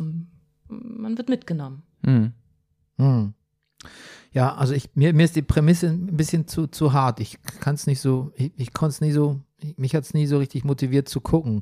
wird mitgenommen. Mhm. Mhm. Ja, also mir ist die Prämisse ein bisschen zu hart. Ich kann es nicht so, ich konnte es nie so, mich hat es nie so richtig motiviert zu gucken.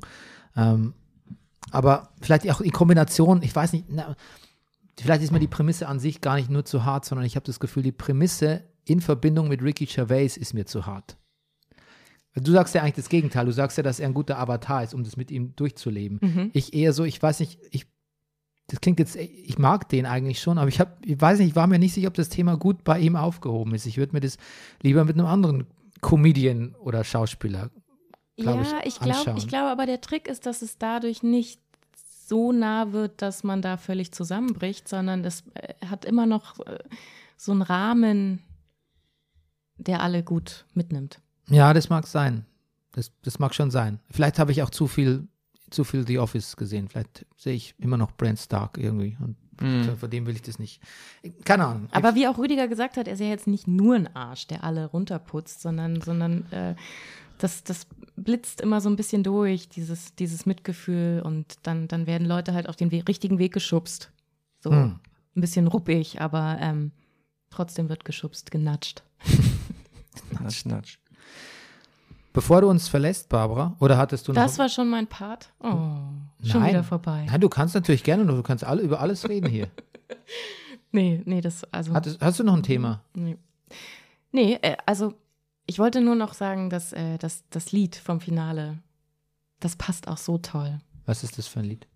Aber vielleicht auch in Kombination, ich weiß nicht, vielleicht ist mir die Prämisse an sich gar nicht nur zu hart, sondern ich habe das Gefühl, die Prämisse in Verbindung mit Ricky Gervais ist mir zu hart. Du sagst ja eigentlich das Gegenteil. Du sagst ja, dass er ein guter Avatar ist, um das mit ihm durchzuleben. Mhm. Ich eher so, ich weiß nicht, das klingt jetzt, ich mag den eigentlich schon, aber ich weiß nicht, ich war mir nicht sicher, ob das Thema gut bei ihm aufgehoben ist. Ich würde mir das lieber mit einem anderen Comedian oder Schauspieler, ich glaube, aber der Trick ist, dass es dadurch nicht so nah wird, dass man da völlig zusammenbricht, sondern es hat immer noch so einen Rahmen, der alle gut mitnimmt. Ja, das mag sein. Das mag schon sein. Vielleicht habe ich auch zu viel The Office gesehen. Vielleicht sehe ich immer noch Bran Stark irgendwie. Und von dem will ich das nicht. Keine Ahnung. Aber wie auch Rüdiger gesagt hat, er ist ja jetzt nicht nur ein Arsch, der alle runterputzt, sondern das blitzt immer so ein bisschen durch, dieses Mitgefühl. Und dann werden Leute halt auf den richtigen Weg geschubst. So ein bisschen ruppig, aber trotzdem wird geschubst, genatscht. Natsch. Bevor du uns verlässt, Barbara, oder hattest du noch... Das war schon mein Part? Oh, schon wieder vorbei. Nein, du kannst natürlich gerne, du kannst über alles reden hier. Nee, das, also... Hast du noch ein Thema? Nee, also ich wollte nur noch sagen, dass das Lied vom Finale, das passt auch so toll. Was ist das für ein Lied?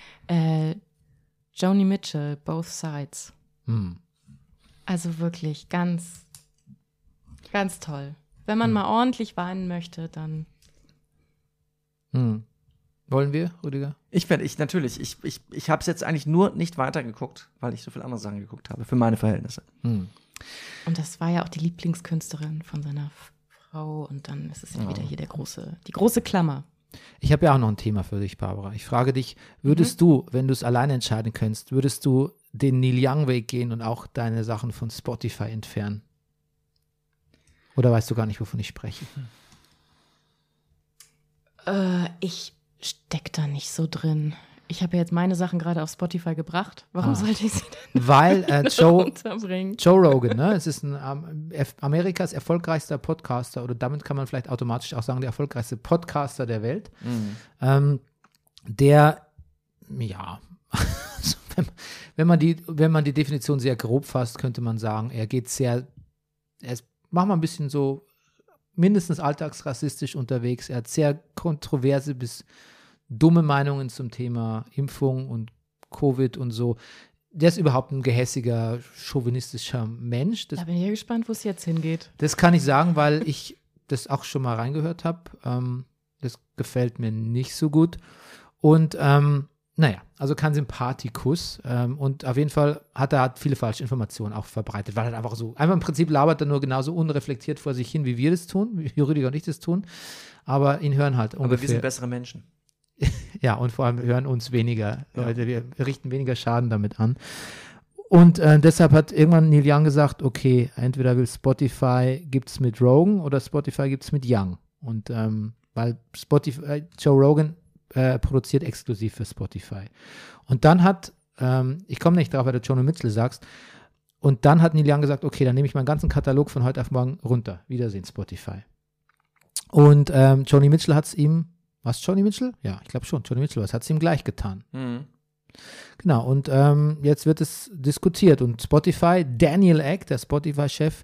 Joni Mitchell, Both Sides. Also wirklich ganz, ganz toll. Wenn man mal ordentlich weinen möchte, dann. Wollen wir, Rüdiger? Natürlich. Ich habe es jetzt eigentlich nur nicht weitergeguckt, weil ich so viele andere Sachen geguckt habe, für meine Verhältnisse. Und das war ja auch die Lieblingskünstlerin von seiner Frau und dann ist es ja wieder hier die große Klammer. Ich habe ja auch noch ein Thema für dich, Barbara. Ich frage dich, würdest du, wenn du es alleine entscheiden könntest, würdest du den Neil Young-Weg gehen und auch deine Sachen von Spotify entfernen? Oder weißt du gar nicht, wovon ich spreche? Ich stecke da nicht so drin. Ich habe ja jetzt meine Sachen gerade auf Spotify gebracht. Warum sollte ich sie denn Weil unterbringen? Joe Rogan, ne? Es ist Amerikas erfolgreichster Podcaster oder damit kann man vielleicht automatisch auch sagen, der erfolgreichste Podcaster der Welt. Der, ja, wenn man die Definition sehr grob fasst, könnte man sagen, er ist manchmal ein bisschen so mindestens alltagsrassistisch unterwegs. Er hat sehr kontroverse bis dumme Meinungen zum Thema Impfung und Covid und so. Der ist überhaupt ein gehässiger, chauvinistischer Mensch. Da bin ich ja gespannt, wo es jetzt hingeht. Das kann ich sagen, weil ich das auch schon mal reingehört habe. Das gefällt mir nicht so gut. Und also kein Sympathikus. Und auf jeden Fall hat er viele falsche Informationen auch verbreitet, weil er einfach im Prinzip labert er nur genauso unreflektiert vor sich hin, wie wir das tun, wie Rüdiger und ich das tun. Aber ihn hören halt ungefähr. Aber wir sind bessere Menschen. Ja, und vor allem hören uns weniger Leute. Wir richten weniger Schaden damit an. Und deshalb hat irgendwann Neil Young gesagt, okay, entweder will Spotify gibt's mit Rogan oder Spotify gibt's mit Young. Und weil Joe Rogan produziert exklusiv für Spotify. Und dann ich komme nicht drauf, weil du Joni Mitchell sagst, und dann hat Neil Young gesagt, okay, dann nehme ich meinen ganzen Katalog von heute auf morgen runter. Wiedersehen, Spotify. Und Joni Mitchell hat es ihm, was, Joni Mitchell? Ja, ich glaube schon, Joni Mitchell, hat es ihm gleich getan. Genau, und jetzt wird es diskutiert und Spotify, Daniel Ek, der Spotify-Chef,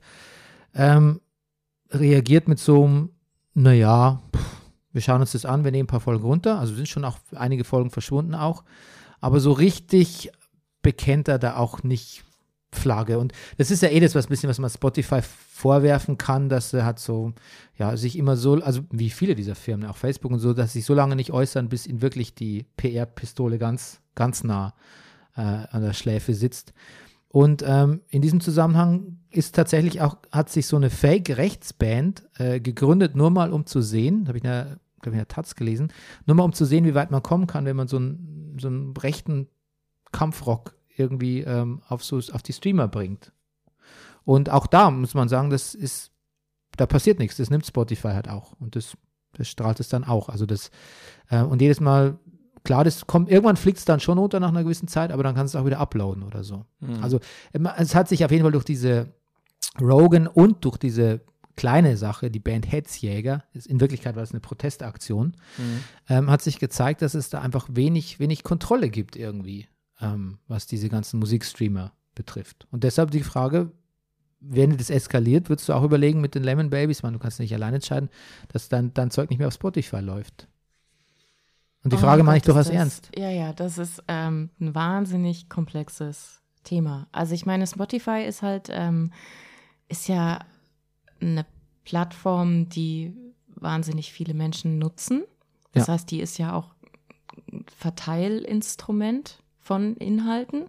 reagiert mit so einem, wir schauen uns das an, wir nehmen ein paar Folgen runter, also sind schon auch einige Folgen verschwunden auch, aber so richtig bekennt er da auch nicht Flagge. Und das ist ja das, was man Spotify vorwerfen kann, dass er hat so, sich immer so, also wie viele dieser Firmen, auch Facebook und so, dass sie sich so lange nicht äußern, bis ihnen wirklich die PR-Pistole ganz, ganz nah an der Schläfe sitzt. Und in diesem Zusammenhang hat sich so eine Fake-Rechtsband gegründet, nur mal um zu sehen, habe ich in der Taz gelesen, nur mal um zu sehen, wie weit man kommen kann, wenn man so einen rechten Kampfrock irgendwie auf die Streamer bringt. Und auch da muss man sagen, da passiert nichts, das nimmt Spotify halt auch und das strahlt es dann auch. Also und jedes Mal, klar, irgendwann fliegt es dann schon runter nach einer gewissen Zeit, aber dann kannst du es auch wieder uploaden oder so. Also es hat sich auf jeden Fall durch diese Rogan und durch diese kleine Sache, die Band Hetzjäger, in Wirklichkeit war es eine Protestaktion, hat sich gezeigt, dass es da einfach wenig Kontrolle gibt irgendwie, was diese ganzen Musikstreamer betrifft. Und deshalb die Frage, wenn das eskaliert, würdest du auch überlegen mit den Lemon Babies, du kannst nicht alleine entscheiden, dass dein Zeug nicht mehr auf Spotify läuft. Und die Frage meine ich durchaus ernst. Ja, das ist ein wahnsinnig komplexes Thema. Also ich meine, Spotify ist halt, ist ja eine Plattform, die wahnsinnig viele Menschen nutzen. Das heißt, die ist ja auch ein Verteilinstrument von Inhalten.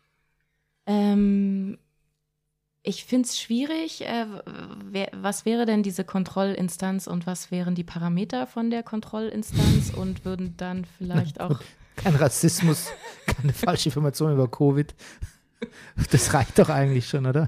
Ich finde es schwierig. Was wäre denn diese Kontrollinstanz und was wären die Parameter von der Kontrollinstanz und würden dann vielleicht auch… Kein Rassismus, keine falsche Information über Covid. Das reicht doch eigentlich schon, oder?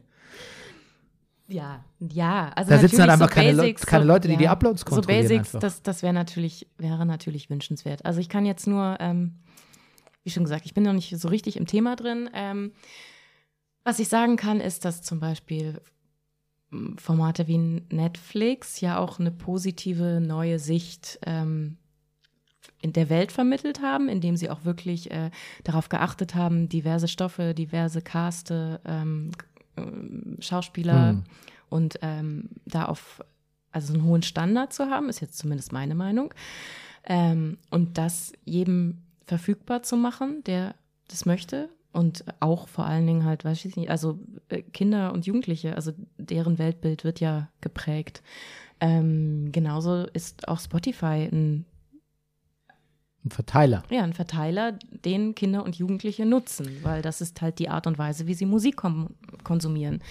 Ja, also da sitzen halt einfach so keine Leute, die die Uploads kontrollieren. So Basics, das wäre natürlich wünschenswert. Also ich kann jetzt nur, wie schon gesagt, ich bin noch nicht so richtig im Thema drin. Was ich sagen kann, ist, dass zum Beispiel Formate wie Netflix ja auch eine positive neue Sicht in der Welt vermittelt haben, indem sie auch wirklich darauf geachtet haben, diverse Stoffe, diverse Caste, Schauspieler und da also einen hohen Standard zu haben, ist jetzt zumindest meine Meinung. Und das jedem verfügbar zu machen, der das möchte. Und auch vor allen Dingen halt, weiß ich nicht, also Kinder und Jugendliche, also deren Weltbild wird ja geprägt. Genauso ist auch Spotify ein Verteiler. Ja, ein Verteiler, den Kinder und Jugendliche nutzen, weil das ist halt die Art und Weise, wie sie Musik konsumieren.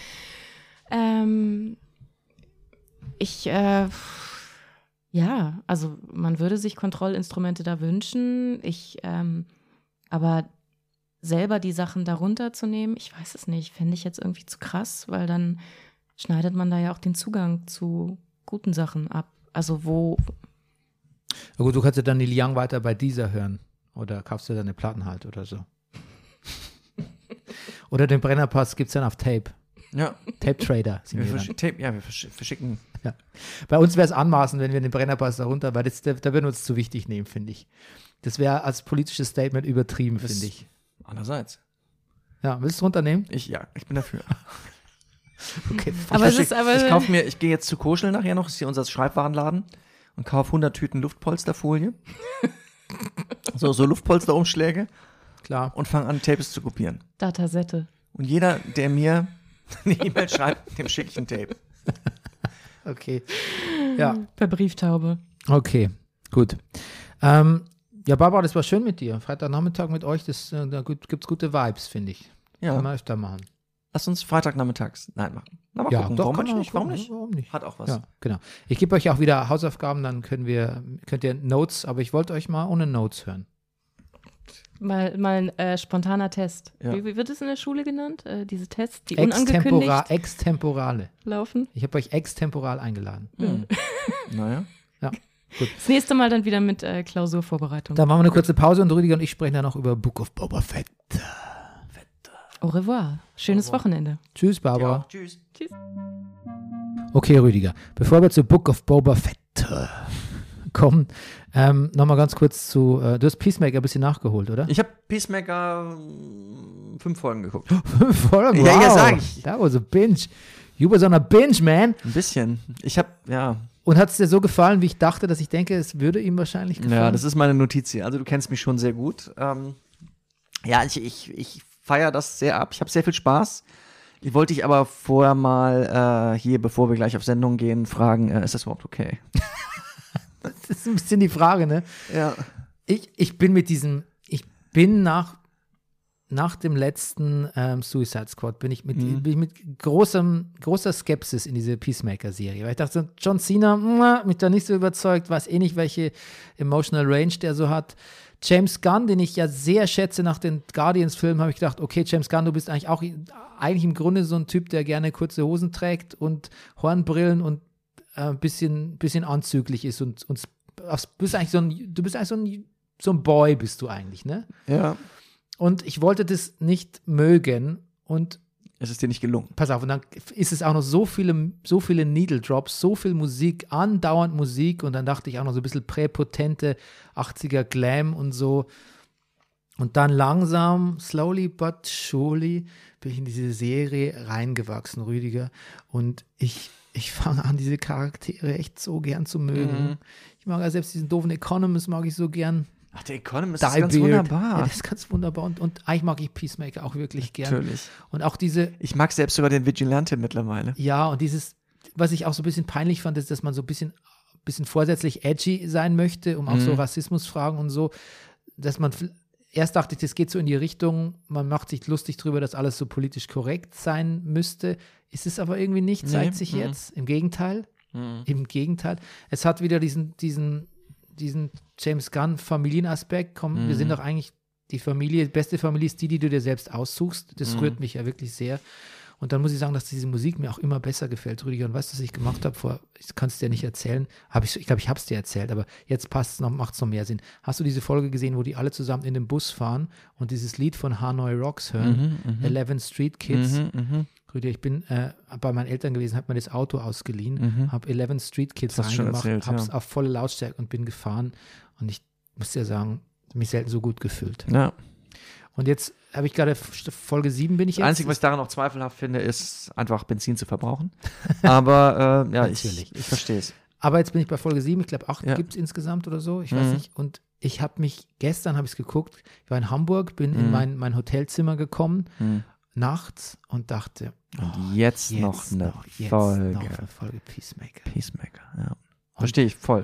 Also man würde sich Kontrollinstrumente da wünschen. Aber selber die Sachen darunter zu nehmen, ich weiß es nicht, fände ich jetzt irgendwie zu krass, weil dann schneidet man da ja auch den Zugang zu guten Sachen ab. Also wo… Na gut, du kannst ja dann Neil Young weiter bei dieser hören. Oder kaufst du deine Platten halt oder so. Oder den Brennerpass gibt es dann auf Tape. Ja. Tape-Trader sind wir dann. Wir verschicken. Ja. Bei uns wäre es anmaßend, wenn wir den Brennerpass darunter, weil da würden wir uns zu wichtig nehmen, finde ich. Das wäre als politisches Statement übertrieben, finde ich. Andererseits. Ja, willst du runternehmen? Ich bin dafür. Okay. Ich gehe jetzt zu Koschel nachher noch, das ist hier unser Schreibwarenladen, und kaufe 100 Tüten Luftpolsterfolie. so Luftpolsterumschläge. Klar. Und fange an, Tapes zu kopieren. Datasette. Und jeder, der mir eine E-Mail schreibt, dem schicke ich ein Tape. Okay. Ja. Per Brieftaube. Okay, gut. Ja, Barbara, das war schön mit dir. Freitagnachmittag mit euch, da gibt es gute Vibes, finde ich. Ja. Können wir öfter machen. Lass uns Freitagnachmittags machen. Na, mal gucken. Doch, Warum nicht? Hat auch was. Ja, genau. Ich gebe euch auch wieder Hausaufgaben, dann könnt ihr Notes, aber ich wollte euch mal ohne Notes hören. Mal ein spontaner Test. Ja. Wie wird es in der Schule genannt? Diese Tests, die unangekündigt Extemporale. laufen? Ich habe euch extemporal eingeladen. Naja. Ja, gut. Das nächste Mal dann wieder mit Klausurvorbereitung. Dann machen wir eine kurze Pause und Rüdiger und ich sprechen dann noch über Book of Boba Fett. Au revoir. Schönes Wochenende. Tschüss, Barbara. Ja, tschüss. Tschüss. Okay, Rüdiger, bevor wir zu Book of Boba Fett kommen, nochmal ganz kurz zu, du hast Peacemaker ein bisschen nachgeholt, oder? Ich habe Peacemaker 5 Folgen geguckt. 5 Folgen? Ja, wow. ja, sag ich. That was a binge. You was on a binge, man. Ein bisschen. Und hat es dir so gefallen, wie ich dachte, dass ich denke, es würde ihm wahrscheinlich gefallen? Ja, das ist meine Notiz hier. Also du kennst mich schon sehr gut. Ja, ich feiere das sehr ab. Ich habe sehr viel Spaß. Ich wollte dich aber vorher mal hier, bevor wir gleich auf Sendung gehen, fragen, ist das überhaupt okay? Das ist ein bisschen die Frage, ne? Ja. Ich bin nach dem letzten Suicide Squad bin ich mit großer Skepsis in diese Peacemaker-Serie. Weil ich dachte, John Cena, mich da nicht so überzeugt, weiß nicht, welche Emotional Range der so hat. James Gunn, den ich ja sehr schätze nach den Guardians-Filmen, habe ich gedacht, okay, James Gunn, du bist eigentlich im Grunde so ein Typ, der gerne kurze Hosen trägt und Hornbrillen und ein bisschen anzüglich ist und du bist eigentlich so ein Boy, bist du eigentlich, ne? Ja. Und ich wollte das nicht mögen und Es ist dir nicht gelungen. Pass auf, und dann ist es auch noch so viele Needle Drops, so viel Musik, andauernd Musik und dann dachte ich auch noch so ein bisschen präpotente 80er Glam und so. Und dann langsam, slowly but surely, bin ich in diese Serie reingewachsen, Rüdiger. Und ich fange an, diese Charaktere echt so gern zu mögen. Ich mag ja selbst diesen doofen Economist, mag ich so gern. Ach, der Economist ist ganz wunderbar. Ja, das ist ganz wunderbar. Und eigentlich mag ich Peacemaker auch wirklich gern. Natürlich. Und auch ich mag selbst sogar den Vigilante mittlerweile. Ja, und was ich auch so ein bisschen peinlich fand, ist, dass man so ein bisschen vorsätzlich edgy sein möchte, um auch so Rassismusfragen und so, dass man erst dachte ich, das geht so in die Richtung, man macht sich lustig drüber, dass alles so politisch korrekt sein müsste. Ist es aber irgendwie nicht, zeigt sich jetzt. Im Gegenteil. Im Gegenteil. Es hat wieder diesen James Gunn-Familienaspekt. Wir sind doch eigentlich die beste Familie ist die du dir selbst aussuchst. Das rührt mich ja wirklich sehr. Und dann muss ich sagen, dass diese Musik mir auch immer besser gefällt, Rüdiger. Und weißt du, was ich gemacht habe? Ich kann es dir nicht erzählen. Ich glaube, ich habe es dir erzählt, aber jetzt macht es noch mehr Sinn. Hast du diese Folge gesehen, wo die alle zusammen in dem Bus fahren und dieses Lied von Hanoi Rocks hören? 11 Street Kids. Rüdiger, ich bin bei meinen Eltern gewesen, habe mir das Auto ausgeliehen, habe 11 Street Kids reingemacht, habe es auf volle Lautstärke und bin gefahren. Und ich muss dir sagen, mich selten so gut gefühlt. Ja. Und jetzt habe ich gerade Folge 7 bin ich jetzt. Das Einzige, was ich daran auch zweifelhaft finde, ist einfach Benzin zu verbrauchen. Aber ja, ich verstehe es. Aber jetzt bin ich bei Folge 7, ich glaube 8 gibt es insgesamt oder so, ich weiß nicht. Und gestern habe ich es geguckt, ich war in Hamburg, bin in mein Hotelzimmer gekommen, nachts und dachte, jetzt noch eine Folge Peacemaker, ja. Verstehe ich voll.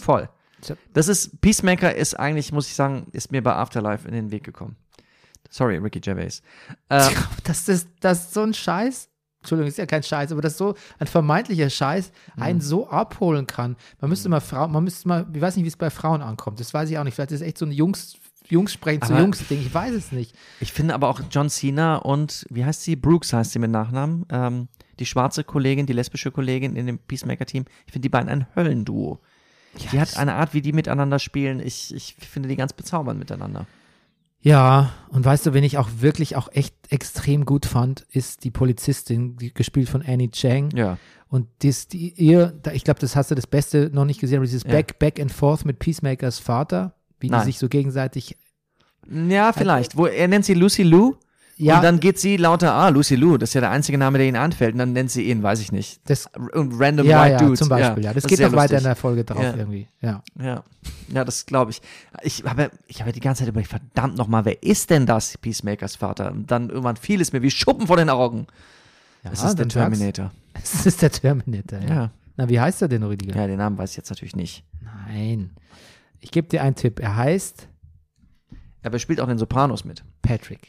Peacemaker ist eigentlich, muss ich sagen, ist mir bei Afterlife in den Weg gekommen. Sorry, Ricky Gervais. Das ist so ein Scheiß, Entschuldigung, ist ja kein Scheiß, aber dass so ein vermeintlicher Scheiß einen so abholen kann. Man müsste mal, ich weiß nicht, wie es bei Frauen ankommt, das weiß ich auch nicht, vielleicht ist es echt so ein Jungs sprechen zu Jungs-Ding, ich weiß es nicht. Ich finde aber auch John Cena und, wie heißt sie? Brooks heißt sie mit Nachnamen, die schwarze Kollegin, die lesbische Kollegin in dem Peacemaker-Team, ich finde die beiden ein Höllenduo. Die hat eine Art, wie die miteinander spielen. Ich finde die ganz bezaubernd miteinander. Ja, und weißt du, wen ich auch wirklich auch echt extrem gut fand, ist die Polizistin, die gespielt von Annie Chang. Ja. Und ich glaube, das hast du das Beste noch nicht gesehen, aber dieses Back and Forth mit Peacemakers Vater, wie die sich so gegenseitig. Ja, vielleicht. Er nennt sie Lucy Liu. Ja. Und dann geht sie lauter, Lucy Liu, das ist ja der einzige Name, der ihnen einfällt. Und dann nennt sie ihn, weiß ich nicht. Random White Dudes. Zum Beispiel, ja. Das geht noch weiter in der Folge drauf irgendwie. Ja, das glaube ich. Ich habe die ganze Zeit überlegt, verdammt nochmal, wer ist denn das, Peacemakers Vater? Und dann irgendwann fiel es mir wie Schuppen vor den Augen. Ja, es ist der Terminator. Es ist der Terminator, ja. Na, wie heißt er denn, Rüdiger? Ja, den Namen weiß ich jetzt natürlich nicht. Nein. Ich gebe dir einen Tipp. Er heißt... Aber er spielt auch den Sopranos mit. Patrick.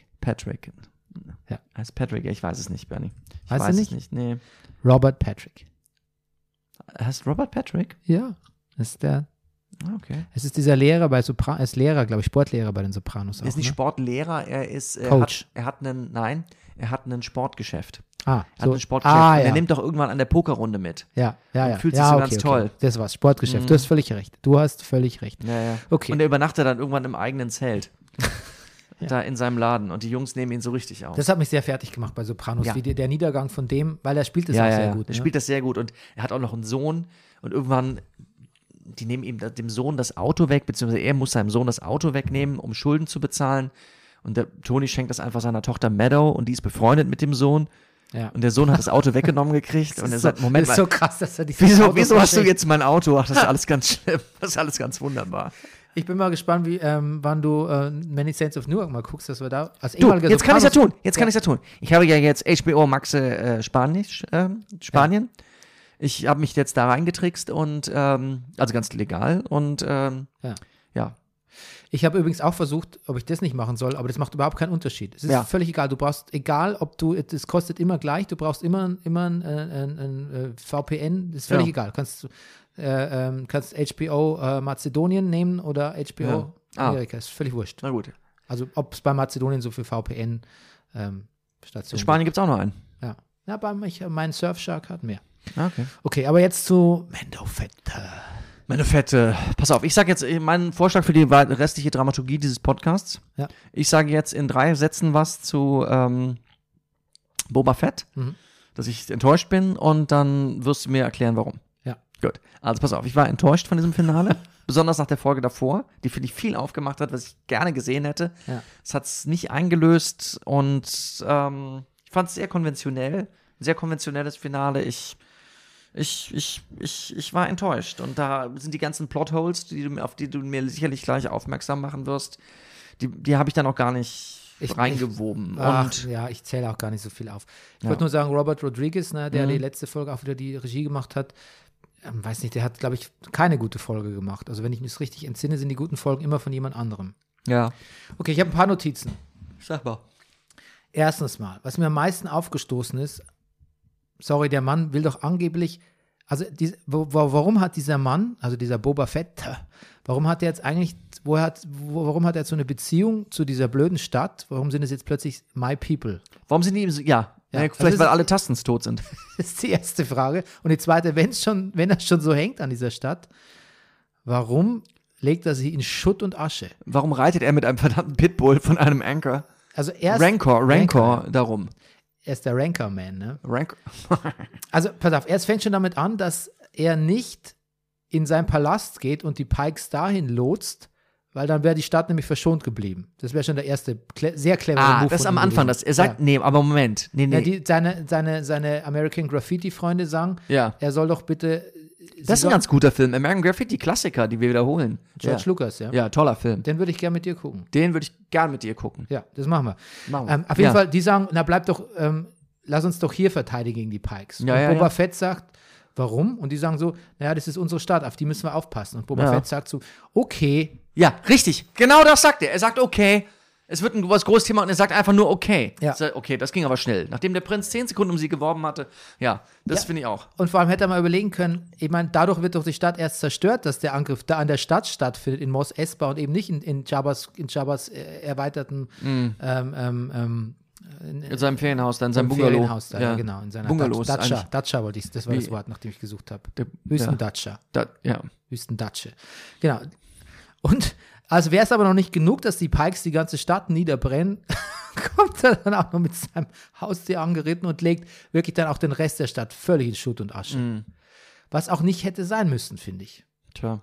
Ja. Heißt Patrick, ich weiß es nicht, Bernie. Weißt du nicht? Es nicht? Nee. Robert Patrick. Heißt Robert Patrick? Ja, das ist der. Okay. Es ist dieser Lehrer bei Sopranos, er ist Lehrer, glaube ich, Sportlehrer bei den Sopranos. Er ist nicht Sportlehrer, er ist Coach. Er hat ein Sportgeschäft. Er hat ein Sportgeschäft. Und er nimmt doch irgendwann an der Pokerrunde mit. Ja. Und fühlt sich so ganz toll. Das war's, Sportgeschäft. Du hast völlig recht. Ja. Okay. Und er übernachtet dann irgendwann im eigenen Zelt. Da in seinem Laden. Und die Jungs nehmen ihn so richtig auf. Das hat mich sehr fertig gemacht bei Sopranos, wie der Niedergang von dem, weil er spielt das auch sehr gut. Er spielt das sehr gut und er hat auch noch einen Sohn und irgendwann, die nehmen ihm dem Sohn das Auto weg, beziehungsweise er muss seinem Sohn das Auto wegnehmen, um Schulden zu bezahlen. Und der Tony schenkt das einfach seiner Tochter Meadow und die ist befreundet mit dem Sohn. Ja. Und der Sohn hat das Auto weggenommen gekriegt und er sagt, Moment mal. Das ist so krass, dass er wieso hast du jetzt mein Auto? Ach, das ist alles ganz schlimm. Das ist alles ganz wunderbar. Ich bin mal gespannt, wann du Many Saints of Newark mal guckst, dass wir da als ehemaliger jetzt kann ich es ja tun. Ich habe ja jetzt HBO Max Spanien. Ich habe mich jetzt da reingetrickst und also ganz legal und ja. Ich habe übrigens auch versucht, ob ich das nicht machen soll, aber das macht überhaupt keinen Unterschied. Es ist völlig egal. Du brauchst, es kostet immer gleich, du brauchst immer ein VPN, das ist völlig egal. Kannst HBO Mazedonien nehmen oder HBO Amerika, ist völlig wurscht. Na gut. Also ob es bei Mazedonien so viel VPN Stationen in Spanien gibt es auch noch einen. Ja, mein Surfshark hat mehr. Okay, aber jetzt zu Meine Fette. Pass auf, ich sage jetzt meinen Vorschlag für die restliche Dramaturgie dieses Podcasts. Ja. Ich sage jetzt in 3 Sätzen was zu Boba Fett, dass ich enttäuscht bin und dann wirst du mir erklären, warum. Ja. Gut. Also pass auf, ich war enttäuscht von diesem Finale, besonders nach der Folge davor, die finde ich viel aufgemacht hat, was ich gerne gesehen hätte. Ja. Es hat es nicht eingelöst und ich fand es sehr konventionell, ein sehr konventionelles Finale. Ich war enttäuscht und da sind die ganzen Plotholes, auf die du mir sicherlich gleich aufmerksam machen wirst, die habe ich dann auch gar nicht reingewoben. Ich zähle auch gar nicht so viel auf. Ich wollte nur sagen, Robert Rodriguez, der die letzte Folge auch wieder die Regie gemacht hat, weiß nicht, der hat, glaube ich, keine gute Folge gemacht. Also wenn ich mich das richtig entsinne, sind die guten Folgen immer von jemand anderem. Ja. Okay, ich habe ein paar Notizen. Sag mal. Erstens mal, was mir am meisten aufgestoßen ist, sorry, der Mann will doch angeblich, also warum hat dieser Mann, also dieser Boba Fett, warum hat er jetzt eigentlich, warum hat er jetzt so eine Beziehung zu dieser blöden Stadt? Warum sind es jetzt plötzlich My People? Warum sind die ihm so, vielleicht weil alle Tastens tot sind. Das ist die erste Frage. Und die zweite, wenn er schon so hängt an dieser Stadt, warum legt er sie in Schutt und Asche? Warum reitet er mit einem verdammten Pitbull von einem Anchor? Also Rancor darum. Er ist der Rancor-Man, ne? Rancor. Also, pass auf, es fängt schon damit an, dass er nicht in seinen Palast geht und die Pikes dahin lotst, weil dann wäre die Stadt nämlich verschont geblieben. Das wäre schon der erste sehr clevere Move. Das ist am Anfang. Er sagt, nee, aber Moment. Nee. Ja, seine American Graffiti-Freunde sagen, er soll doch bitte. Das ist ein ganz guter Film. American Graffiti, Klassiker, die wir wiederholen. George Lucas, ja. Ja, toller Film. Den würde ich gerne mit dir gucken. Ja, das machen wir. Auf jeden Fall, die sagen, bleib doch, lass uns doch hier verteidigen gegen die Pikes. Und Boba Fett sagt, warum? Und die sagen so, das ist unsere Stadt, auf die müssen wir aufpassen. Und Boba Fett sagt so, okay. Ja, richtig. Genau das sagt er. Er sagt, okay. Es wird ein großes Thema und er sagt einfach nur okay. Ja. Okay, das ging aber schnell. Nachdem der Prinz 10 Sekunden um sie geworben hatte. Ja, das finde ich auch. Und vor allem hätte er mal überlegen können, ich meine, dadurch wird doch die Stadt erst zerstört, dass der Angriff da an der Stadt stattfindet, in Mos Espa und eben nicht in Jabba's erweiterten In seinem Ferienhaus, in seinem Bungalow. Ferienhaus da, ja, genau. In seiner Bungalows. Datscha wollte ich, das war das Wort, nach dem ich gesucht habe. Wüstendatscha. Ja. Wüstendatsche. Genau. Und als wäre es aber noch nicht genug, dass die Pikes die ganze Stadt niederbrennen, kommt er dann auch noch mit seinem Haustier angeritten und legt wirklich dann auch den Rest der Stadt völlig in Schutt und Asche. Mhm. Was auch nicht hätte sein müssen, finde ich. Tja.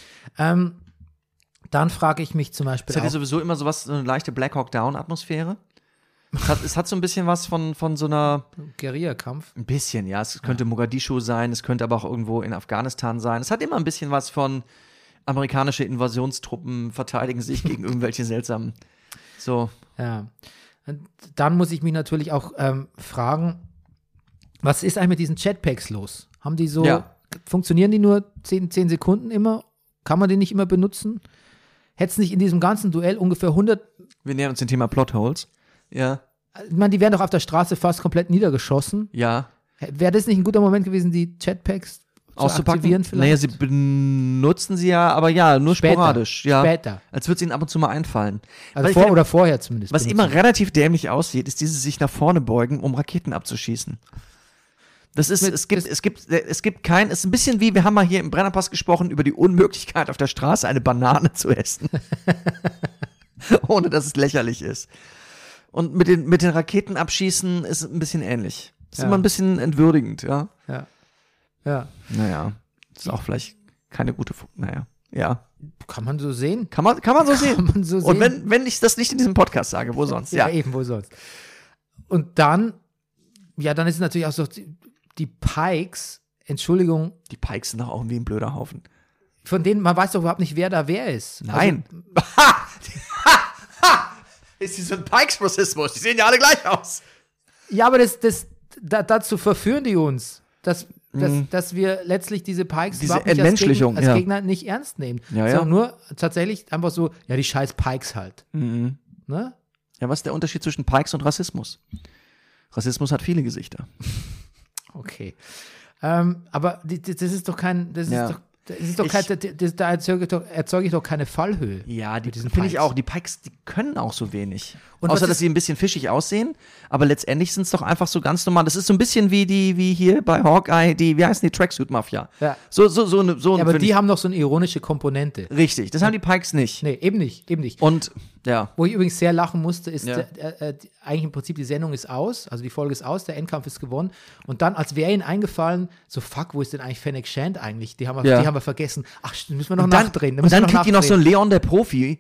Dann frage ich mich zum Beispiel. Es hat ja sowieso immer so eine leichte Black Hawk Down-Atmosphäre. Es hat so ein bisschen was von so einer Guerillakampf. Ein bisschen, ja. Es könnte Mogadischu sein, es könnte aber auch irgendwo in Afghanistan sein. Es hat immer ein bisschen was von amerikanische Invasionstruppen verteidigen sich gegen irgendwelche seltsamen. So. Ja. Und dann muss ich mich natürlich auch fragen, was ist eigentlich mit diesen Jetpacks los? Haben die so, funktionieren die nur 10 Sekunden immer? Kann man die nicht immer benutzen? Hätte es nicht in diesem ganzen Duell ungefähr 100. Wir nähern uns dem Thema Plotholes. Ja. Ich meine, die wären doch auf der Straße fast komplett niedergeschossen. Ja. Wäre das nicht ein guter Moment gewesen, die Jetpacks zu aktivieren vielleicht? Naja, sie benutzen sie ja, aber ja, nur später, sporadisch. Ja. Später. Als würde es ihnen ab und zu mal einfallen. Also oder vorher zumindest. Was immer relativ dämlich aussieht, ist dieses sich nach vorne beugen, um Raketen abzuschießen. Es ist ein bisschen wie, wir haben mal hier im Brennerpass gesprochen über die Unmöglichkeit auf der Straße eine Banane zu essen. Ohne dass es lächerlich ist. Und mit den Raketen abschießen ist ein bisschen ähnlich. Ist immer ein bisschen entwürdigend, ja. Ja. Naja, ist auch vielleicht keine gute, ja. Kann man so sehen. Kann man so sehen. Man so Und sehen. wenn ich das nicht in diesem Podcast sage, wo sonst? Ja, eben, wo sonst. Und dann, dann ist es natürlich auch so, die Pikes, Entschuldigung. Die Pikes sind doch auch irgendwie ein blöder Haufen. Von denen, man weiß doch überhaupt nicht, wer ist. Nein. Ist die so ein Pikes-Rassismus? Die sehen ja alle gleich aus. Ja, aber dazu verführen die uns, dass wir letztlich diese Pikes diese Entmenschlichung als Gegner nicht ernst nehmen. Sondern nur tatsächlich einfach so, die scheiß Pikes halt. Mhm. Ne? Ja, was ist der Unterschied zwischen Pikes und Rassismus? Rassismus hat viele Gesichter. Okay. Aber das ist doch kein, da erzeuge ich doch keine Fallhöhe. Ja, die finde ich auch. Die Pikes, die können auch so wenig. Und außer, dass sie ein bisschen fischig aussehen. Aber letztendlich sind es doch einfach so ganz normal. Das ist so ein bisschen wie hier bei Hawkeye, wie heißen die Tracksuit-Mafia? Ja. So aber die haben noch so eine ironische Komponente. Richtig, das haben die Pikes nicht. Nee, eben nicht. Und, Wo ich übrigens sehr lachen musste, ist, eigentlich im Prinzip die Sendung ist aus, also die Folge ist aus, der Endkampf ist gewonnen. Und dann, als wäre ihnen eingefallen, so fuck, wo ist denn eigentlich Fennec Shand eigentlich? Die haben wir vergessen. Ach, müssen wir noch nachdrehen. Und dann kriegt die noch so einen Leon, der Profi,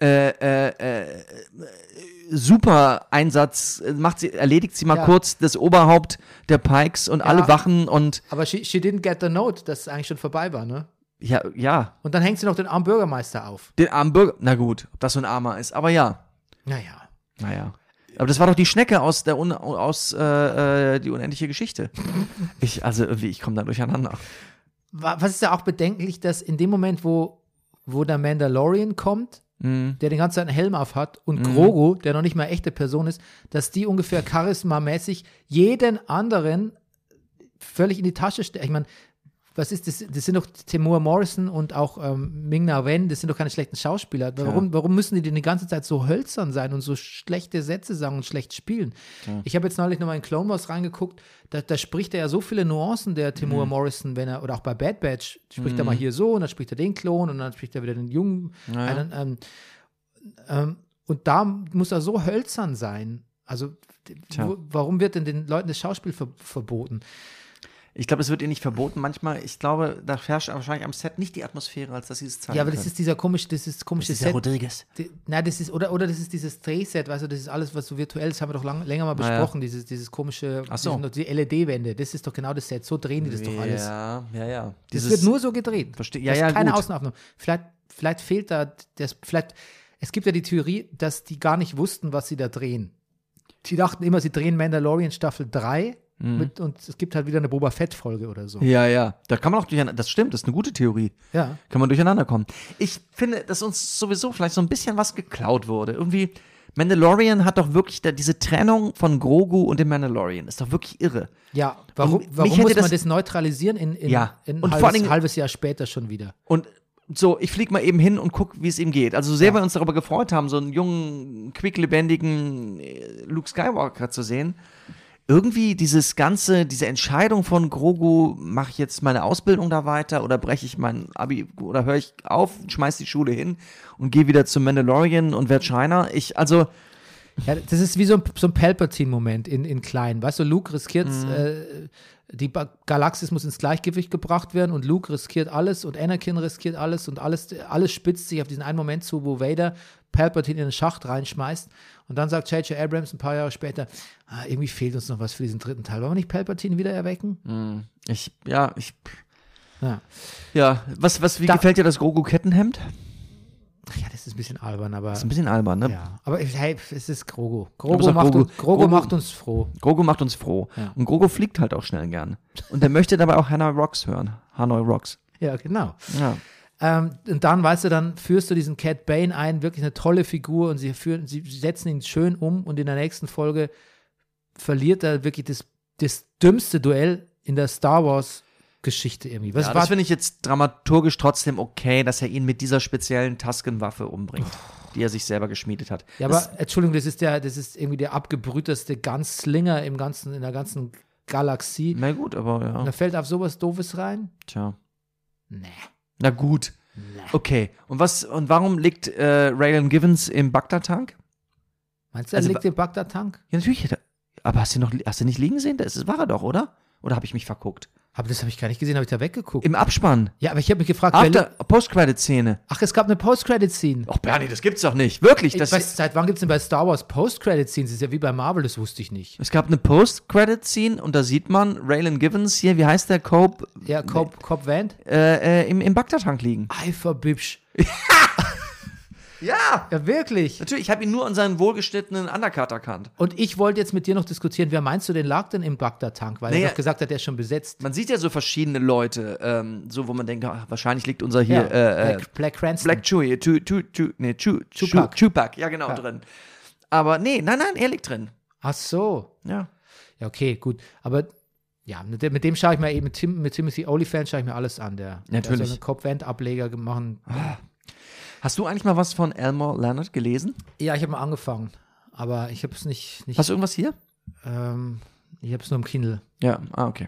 super Einsatz, erledigt sie mal kurz das Oberhaupt der Pikes und alle Wachen und. Aber she didn't get the note, dass es eigentlich schon vorbei war, ne? Ja. Und dann hängt sie noch den armen Bürgermeister auf. Den armen na gut, ob das so ein Armer ist, aber ja. Naja. Aber das war doch die Schnecke aus die unendliche Geschichte. Ich komme da durcheinander. Was ist ja auch bedenklich, dass in dem Moment, wo der Mandalorian kommt, der den ganzen Zeit einen Helm auf hat, und Grogu, der noch nicht mal echte Person ist, dass die ungefähr charismamäßig jeden anderen völlig in die Tasche stecken. Ich meine, was ist das? Das sind doch Temuera Morrison und auch Ming-Na Wen, das sind doch keine schlechten Schauspieler. Warum müssen die denn die ganze Zeit so hölzern sein und so schlechte Sätze sagen und schlecht spielen? Ja. Ich habe jetzt neulich nochmal in Clone Wars reingeguckt, da spricht er ja so viele Nuancen, der Temuera Morrison, oder auch bei Bad Batch, spricht er mal hier so und dann spricht er den Klon und dann spricht er wieder den Jungen. Ja. Und da muss er so hölzern sein. Also, warum wird denn den Leuten das Schauspiel verboten? Ich glaube, es wird ihr nicht verboten manchmal. Ich glaube, da herrscht wahrscheinlich am Set nicht die Atmosphäre, als dass sie es zeigen. Ja, aber das ist dieses komische Set. Rodriguez. Das ist, oder das ist dieses Drehset, weißt du, das ist alles, was so virtuell ist, haben wir doch länger mal besprochen, dieses komische, die LED-Wände, das ist doch genau das Set, so drehen die das doch alles. Ja. Das wird nur so gedreht. Verstehe. Ja, keine Außenaufnahme. Vielleicht fehlt da, es gibt ja die Theorie, dass die gar nicht wussten, was sie da drehen. Die dachten immer, sie drehen Mandalorian Staffel 3, und es gibt halt wieder eine Boba Fett-Folge oder so. Ja. Da kann man auch durcheinander, das stimmt, das ist eine gute Theorie. Ja. Kann man durcheinander kommen. Ich finde, dass uns sowieso vielleicht so ein bisschen was geklaut wurde. Irgendwie, Mandalorian hat doch wirklich diese Trennung von Grogu und dem Mandalorian. Ist doch wirklich irre. Ja, warum muss man das neutralisieren in ein halbes Jahr später schon wieder? Und so, ich flieg mal eben hin und guck, wie es ihm geht. Also so sehr wir uns darüber gefreut haben, so einen jungen, quicklebendigen Luke Skywalker zu sehen, irgendwie diese Entscheidung von Grogu, mache ich jetzt meine Ausbildung da weiter oder breche ich mein Abi oder höre ich auf, schmeiß die Schule hin und gehe wieder zum Mandalorian und werde Schreiner. Ja, das ist wie so ein Palpatine-Moment in klein. Weißt du, Luke riskiert die Galaxis muss ins Gleichgewicht gebracht werden und Luke riskiert alles und Anakin riskiert alles und alles spitzt sich auf diesen einen Moment zu, wo Vader Palpatine in den Schacht reinschmeißt und dann sagt J.J. Abrams ein paar Jahre später, irgendwie fehlt uns noch was für diesen dritten Teil. Wollen wir nicht Palpatine wieder erwecken? Wie gefällt dir das Grogu-Kettenhemd? Ja, das ist ein bisschen albern, aber. Das ist ein bisschen albern, ne? Ja, aber hey, es ist Grogu. Grogu macht uns froh. Grogu macht uns froh. Ja. Und Grogu fliegt halt auch schnell gern. Und der möchte dabei auch Hanoi Rocks hören. Hanoi Rocks. Ja, genau. Ja. Und dann, weißt du, dann führst du diesen Cad Bane ein, wirklich eine tolle Figur und sie setzen ihn schön um und in der nächsten Folge verliert er wirklich das dümmste Duell in der Star Wars Geschichte irgendwie. Das finde ich jetzt dramaturgisch trotzdem okay, dass er ihn mit dieser speziellen Tusken-Waffe umbringt, die er sich selber geschmiedet hat. Ja, aber Entschuldigung, das ist irgendwie der abgebrühteste Gunslinger in der ganzen Galaxie. Na gut, aber ja. Und da fällt auf sowas Doofes rein? Tja. Nee. Na gut. Nee. Okay. Und warum liegt Raylan Givens im Bagdad-Tank? Meinst du, er liegt im Bagdad-Tank? Ja, natürlich. Aber hast du nicht liegen sehen? Das war er doch, oder? Oder habe ich mich verguckt? Aber das habe ich gar nicht gesehen, habe ich da weggeguckt. Im Abspann. Ja, aber ich habe mich gefragt, Post-Credit-Szene. Ach, es gab eine Post-Credit-Szene. Ach, Bernie, das gibt's doch nicht. Wirklich. Seit wann gibt es denn bei Star Wars Post-Credit-Scenes? Das ist ja wie bei Marvel, das wusste ich nicht. Es gab eine Post-Credit-Scene und da sieht man Raylan Givens hier, wie heißt der? Cobb Vanth? Im Bagdad-Tank liegen. Eiferbübsch. Ja! Ja, wirklich. Natürlich, ich habe ihn nur an seinen wohlgeschnittenen Undercut erkannt. Und ich wollte jetzt mit dir noch diskutieren, wer meinst du denn lag denn im Bagdad-Tank? Weil er doch gesagt hat, der ist schon besetzt. Man sieht ja so verschiedene Leute, so wo man denkt, wahrscheinlich liegt unser hier Black Cranston. Black Chewie, Tupac, ja genau, drin. Aber nein, er liegt drin. Ach so. Ja. Ja, okay, gut. Aber ja, mit dem schaue ich mir eben, mit Timothy Olyphant schaue ich mir alles an. Der hat so einen Cobb-Vanth-Ableger gemacht. Hast du eigentlich mal was von Elmore Leonard gelesen? Ja, ich habe mal angefangen, aber ich habe es nicht. Hast du irgendwas hier? Ich habe es nur im Kindle. Ja, okay.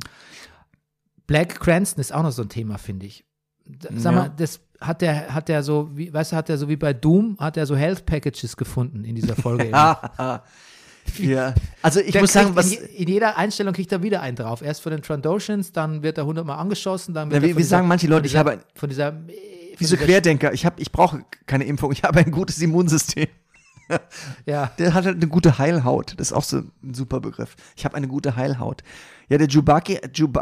Black Cranston ist auch noch so ein Thema, finde ich. Sag mal, das hat der so, hat er so wie bei Doom, hat er so Health Packages gefunden in dieser Folge. Ja. Also ich muss sagen, in jeder Einstellung kriegt er wieder einen drauf. Erst von den Trandoshans, dann wird er 100-mal angeschossen, dann wird wie sagen manche Leute, ich habe von dieser wie so Querdenker, ich brauche keine Impfung, ich habe ein gutes Immunsystem. Ja. Der hat halt eine gute Heilhaut, das ist auch so ein super Begriff. Ich habe eine gute Heilhaut. Ja, der Chewbacca,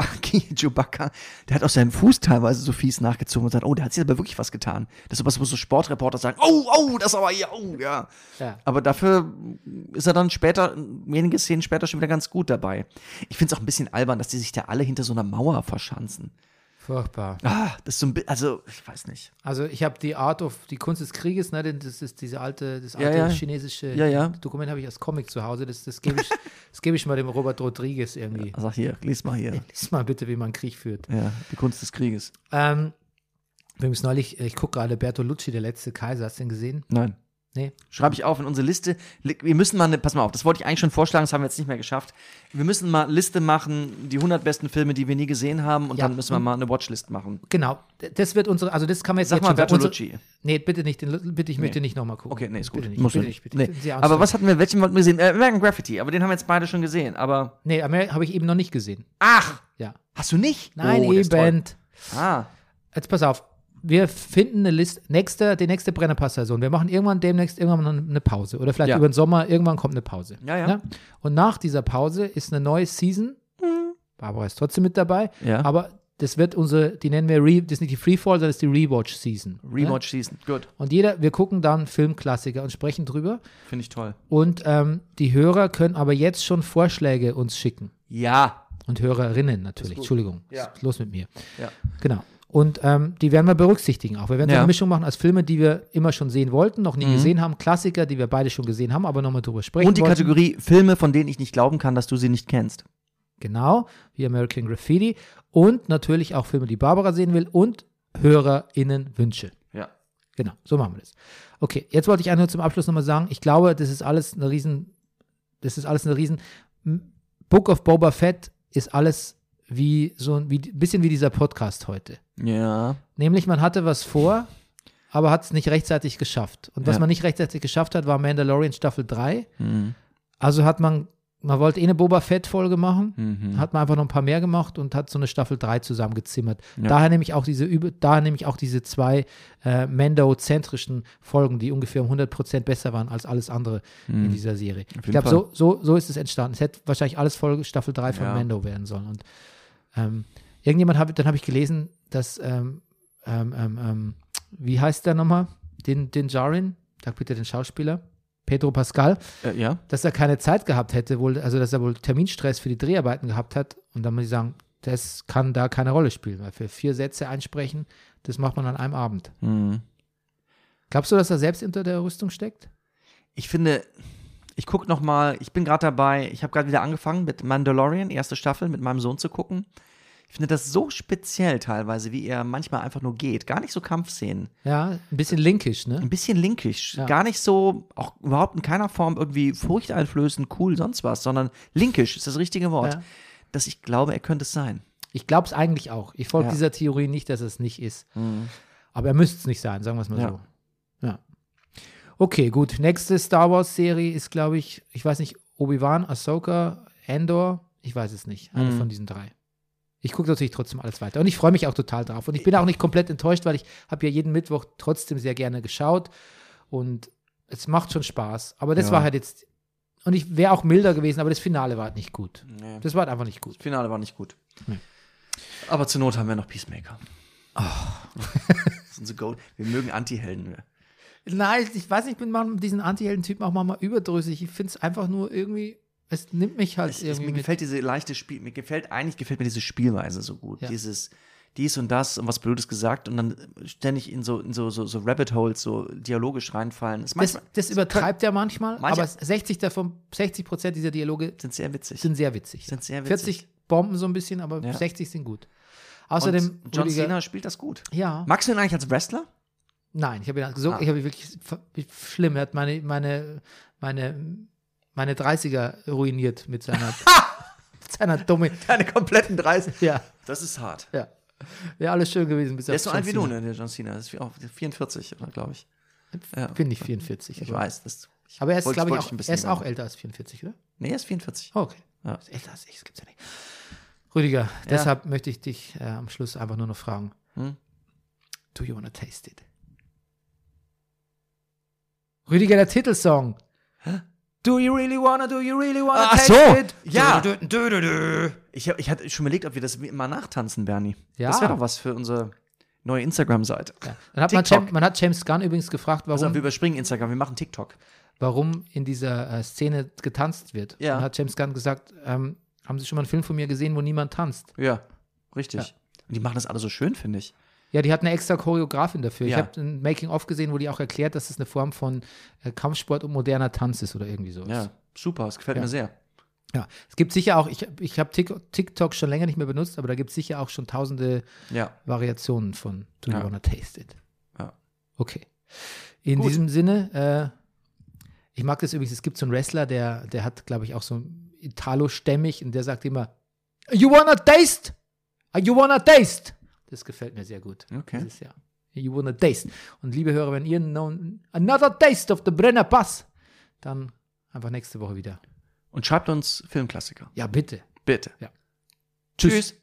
der hat auch seinen Fuß teilweise so fies nachgezogen und sagt, oh, der hat sich aber wirklich was getan. Das ist was, wo so Sportreporter sagen, oh, das aber hier, ja. Aber dafür ist er dann später, wenige Szenen später schon wieder ganz gut dabei. Ich finde es auch ein bisschen albern, dass die sich da alle hinter so einer Mauer verschanzen. Furchtbar. Das ist so ein bisschen, also, ich weiß nicht. Also, ich habe die Kunst des Krieges, ne, das ist das alte chinesische Dokument, habe ich als Comic zu Hause. Das gebe ich mal dem Robert Rodriguez irgendwie. Ja, sag hier, lies mal hier. Lies mal bitte, wie man Krieg führt. Ja, die Kunst des Krieges. Übrigens neulich, ich gucke gerade Bertolucci, der letzte Kaiser, hast du den gesehen? Nein. Nee. Schreibe ich auf in unsere Liste. Wir müssen mal pass mal auf, das wollte ich eigentlich schon vorschlagen, das haben wir jetzt nicht mehr geschafft. Wir müssen mal eine Liste machen, die 100 besten Filme, die wir nie gesehen haben und dann müssen wir mal eine Watchlist machen. Genau, das wird unsere, also das kann man jetzt Sag mal Bertolucci. Nee, bitte nicht, ich möchte nicht nochmal gucken. Okay, nee, ist gut. Bitte nicht. Nee. Aber welchen wollten wir sehen? American Graffiti, aber den haben wir jetzt beide schon gesehen, aber. Nee, habe ich eben noch nicht gesehen. Ach! Ja. Hast du nicht? Nein, eben. Jetzt pass auf. Wir finden eine Liste, die nächste Brennerpass-Saison. Wir machen demnächst eine Pause. Oder vielleicht über den Sommer, irgendwann kommt eine Pause. Ja. Und nach dieser Pause ist eine neue Season. Barbara ist trotzdem mit dabei. Ja. Aber das wird die nennen wir, das ist nicht die Freefall, sondern das ist die Rewatch-Season. Rewatch-Season, gut. Und wir gucken dann Filmklassiker und sprechen drüber. Finde ich toll. Und die Hörer können aber jetzt schon Vorschläge uns schicken. Ja. Und Hörerinnen natürlich. Entschuldigung. Ja. Los mit mir. Ja. Genau. Und die werden wir berücksichtigen auch. Wir werden so eine Mischung machen aus Filmen, die wir immer schon sehen wollten, noch nie gesehen haben, Klassiker, die wir beide schon gesehen haben, aber nochmal drüber sprechen Und die wollten. Kategorie Filme, von denen ich nicht glauben kann, dass du sie nicht kennst. Genau, wie American Graffiti. Und natürlich auch Filme, die Barbara sehen will und ZuhörerInnen-Wünsche. Ja. Genau, so machen wir das. Okay, jetzt wollte ich einfach nur zum Abschluss nochmal sagen, ich glaube, das ist alles eine riesen Book of Boba Fett ist alles ein bisschen wie dieser Podcast heute. Ja. Nämlich, man hatte was vor, aber hat es nicht rechtzeitig geschafft. Und was man nicht rechtzeitig geschafft hat, war Mandalorian Staffel 3. Mhm. Also man wollte eine Boba Fett-Folge machen, hat man einfach noch ein paar mehr gemacht und hat so eine Staffel 3 zusammengezimmert. Ja. Daher nämlich auch diese 2 Mando-zentrischen Folgen, die ungefähr um 100% besser waren als alles andere in dieser Serie. Ich glaube, so ist es entstanden. Es hätte wahrscheinlich alles Folge Staffel 3 von Mando werden sollen. Und dann habe ich gelesen, dass wie heißt der nochmal? Den Djarin? Sag bitte den Schauspieler. Pedro Pascal, dass er keine Zeit gehabt hätte, dass er wohl Terminstress für die Dreharbeiten gehabt hat. Und dann muss ich sagen, das kann da keine Rolle spielen, weil für 4 Sätze einsprechen, das macht man an einem Abend. Mhm. Glaubst du, dass er selbst unter der Rüstung steckt? Ich finde, ich gucke nochmal, ich bin gerade dabei, ich habe gerade wieder angefangen mit Mandalorian, erste Staffel, mit meinem Sohn zu gucken. Ich finde das so speziell teilweise, wie er manchmal einfach nur geht. Gar nicht so Kampfszenen. Ja, ein bisschen linkisch, ne? Ein bisschen linkisch. Ja. Gar nicht so, auch überhaupt in keiner Form irgendwie furchteinflößend, cool, sonst was, sondern linkisch ist das richtige Wort. Ja. Dass ich glaube, er könnte es sein. Ich glaube es eigentlich auch. Ich folge dieser Theorie nicht, dass es nicht ist. Mhm. Aber er müsste es nicht sein, sagen wir es mal so. Ja. Okay, gut. Nächste Star Wars-Serie ist, glaube ich weiß nicht, Obi-Wan, Ahsoka, Andor, ich weiß es nicht. Eine von diesen 3. Ich gucke natürlich trotzdem alles weiter. Und ich freue mich auch total drauf. Und ich bin auch nicht komplett enttäuscht, weil ich habe ja jeden Mittwoch trotzdem sehr gerne geschaut. Und es macht schon Spaß. Aber das war halt jetzt, und ich wäre auch milder gewesen, aber das Finale war halt nicht gut. Nee. Das war halt einfach nicht gut. Das Finale war nicht gut. Nee. Aber zur Not haben wir noch Peacemaker. Oh. Das sind so Gold. Wir mögen Anti-Helden. Nein, ich weiß nicht, ich bin mit diesen Anti-Helden-Typen auch manchmal überdrüssig. Ich finde es einfach nur irgendwie, es nimmt mich halt irgendwie. Mir gefällt diese leichte gefällt mir diese Spielweise so gut. Ja. Dieses dies und das und was Blödes gesagt und dann ständig in so Rabbit Holes so dialogisch reinfallen. Das übertreibt er manchmal, aber 60% dieser Dialoge sind sehr witzig. 40 Bomben so ein bisschen, aber 60 sind gut. Außerdem und John Cena spielt das gut. Ja. Magst du ihn eigentlich als Wrestler? Nein, ich habe ihn wirklich schlimm. Er hat meine 30er ruiniert mit seiner Dumme. Deine kompletten 30. Ja. Das ist hart. Ja. Wäre alles schön gewesen. Bis der ist so alt wie du, ne, der John Cena. Das ist auch 44, glaube ich. Bin ich 44. Ich weiß. Aber er ist, glaube ich, auch älter als 44, oder? Nee, er ist 44. Oh, okay. Ja. Ist älter als ich, das gibt's ja nicht. Rüdiger, deshalb möchte ich dich am Schluss einfach nur noch fragen. Do you wanna taste it? Rüdiger, der Titelsong. Hä? Do you really wanna taste it? Ja. Ich hatte schon überlegt, ob wir das mal nachtanzen, Bernie. Ja. Das wäre doch was für unsere neue Instagram-Seite. Ja. Man hat James Gunn übrigens gefragt, warum. Also wir überspringen Instagram, wir machen TikTok. Warum in dieser Szene getanzt wird. Ja. Und hat James Gunn gesagt, haben Sie schon mal einen Film von mir gesehen, wo niemand tanzt? Ja, richtig. Ja. Und die machen das alle so schön, finde ich. Ja, die hat eine extra Choreografin dafür. Ja. Ich habe ein Making-of gesehen, wo die auch erklärt, dass es eine Form von Kampfsport und moderner Tanz ist oder irgendwie so. Ja, super, das gefällt mir sehr. Ja, es gibt sicher auch, ich habe TikTok schon länger nicht mehr benutzt, aber da gibt es sicher auch schon tausende Variationen von Do You Wanna Taste It? Ja. Okay. In diesem Sinne, ich mag das übrigens, es gibt so einen Wrestler, der hat, glaube ich, auch so Italo-stämmig und der sagt immer, You wanna taste? You wanna taste? Das gefällt mir sehr gut. Okay. You wanna taste. Und liebe Hörer, wenn ihr another taste of the Brenner Pass, dann einfach nächste Woche wieder. Und schreibt uns Filmklassiker. Ja, bitte. Bitte. Ja. Tschüss.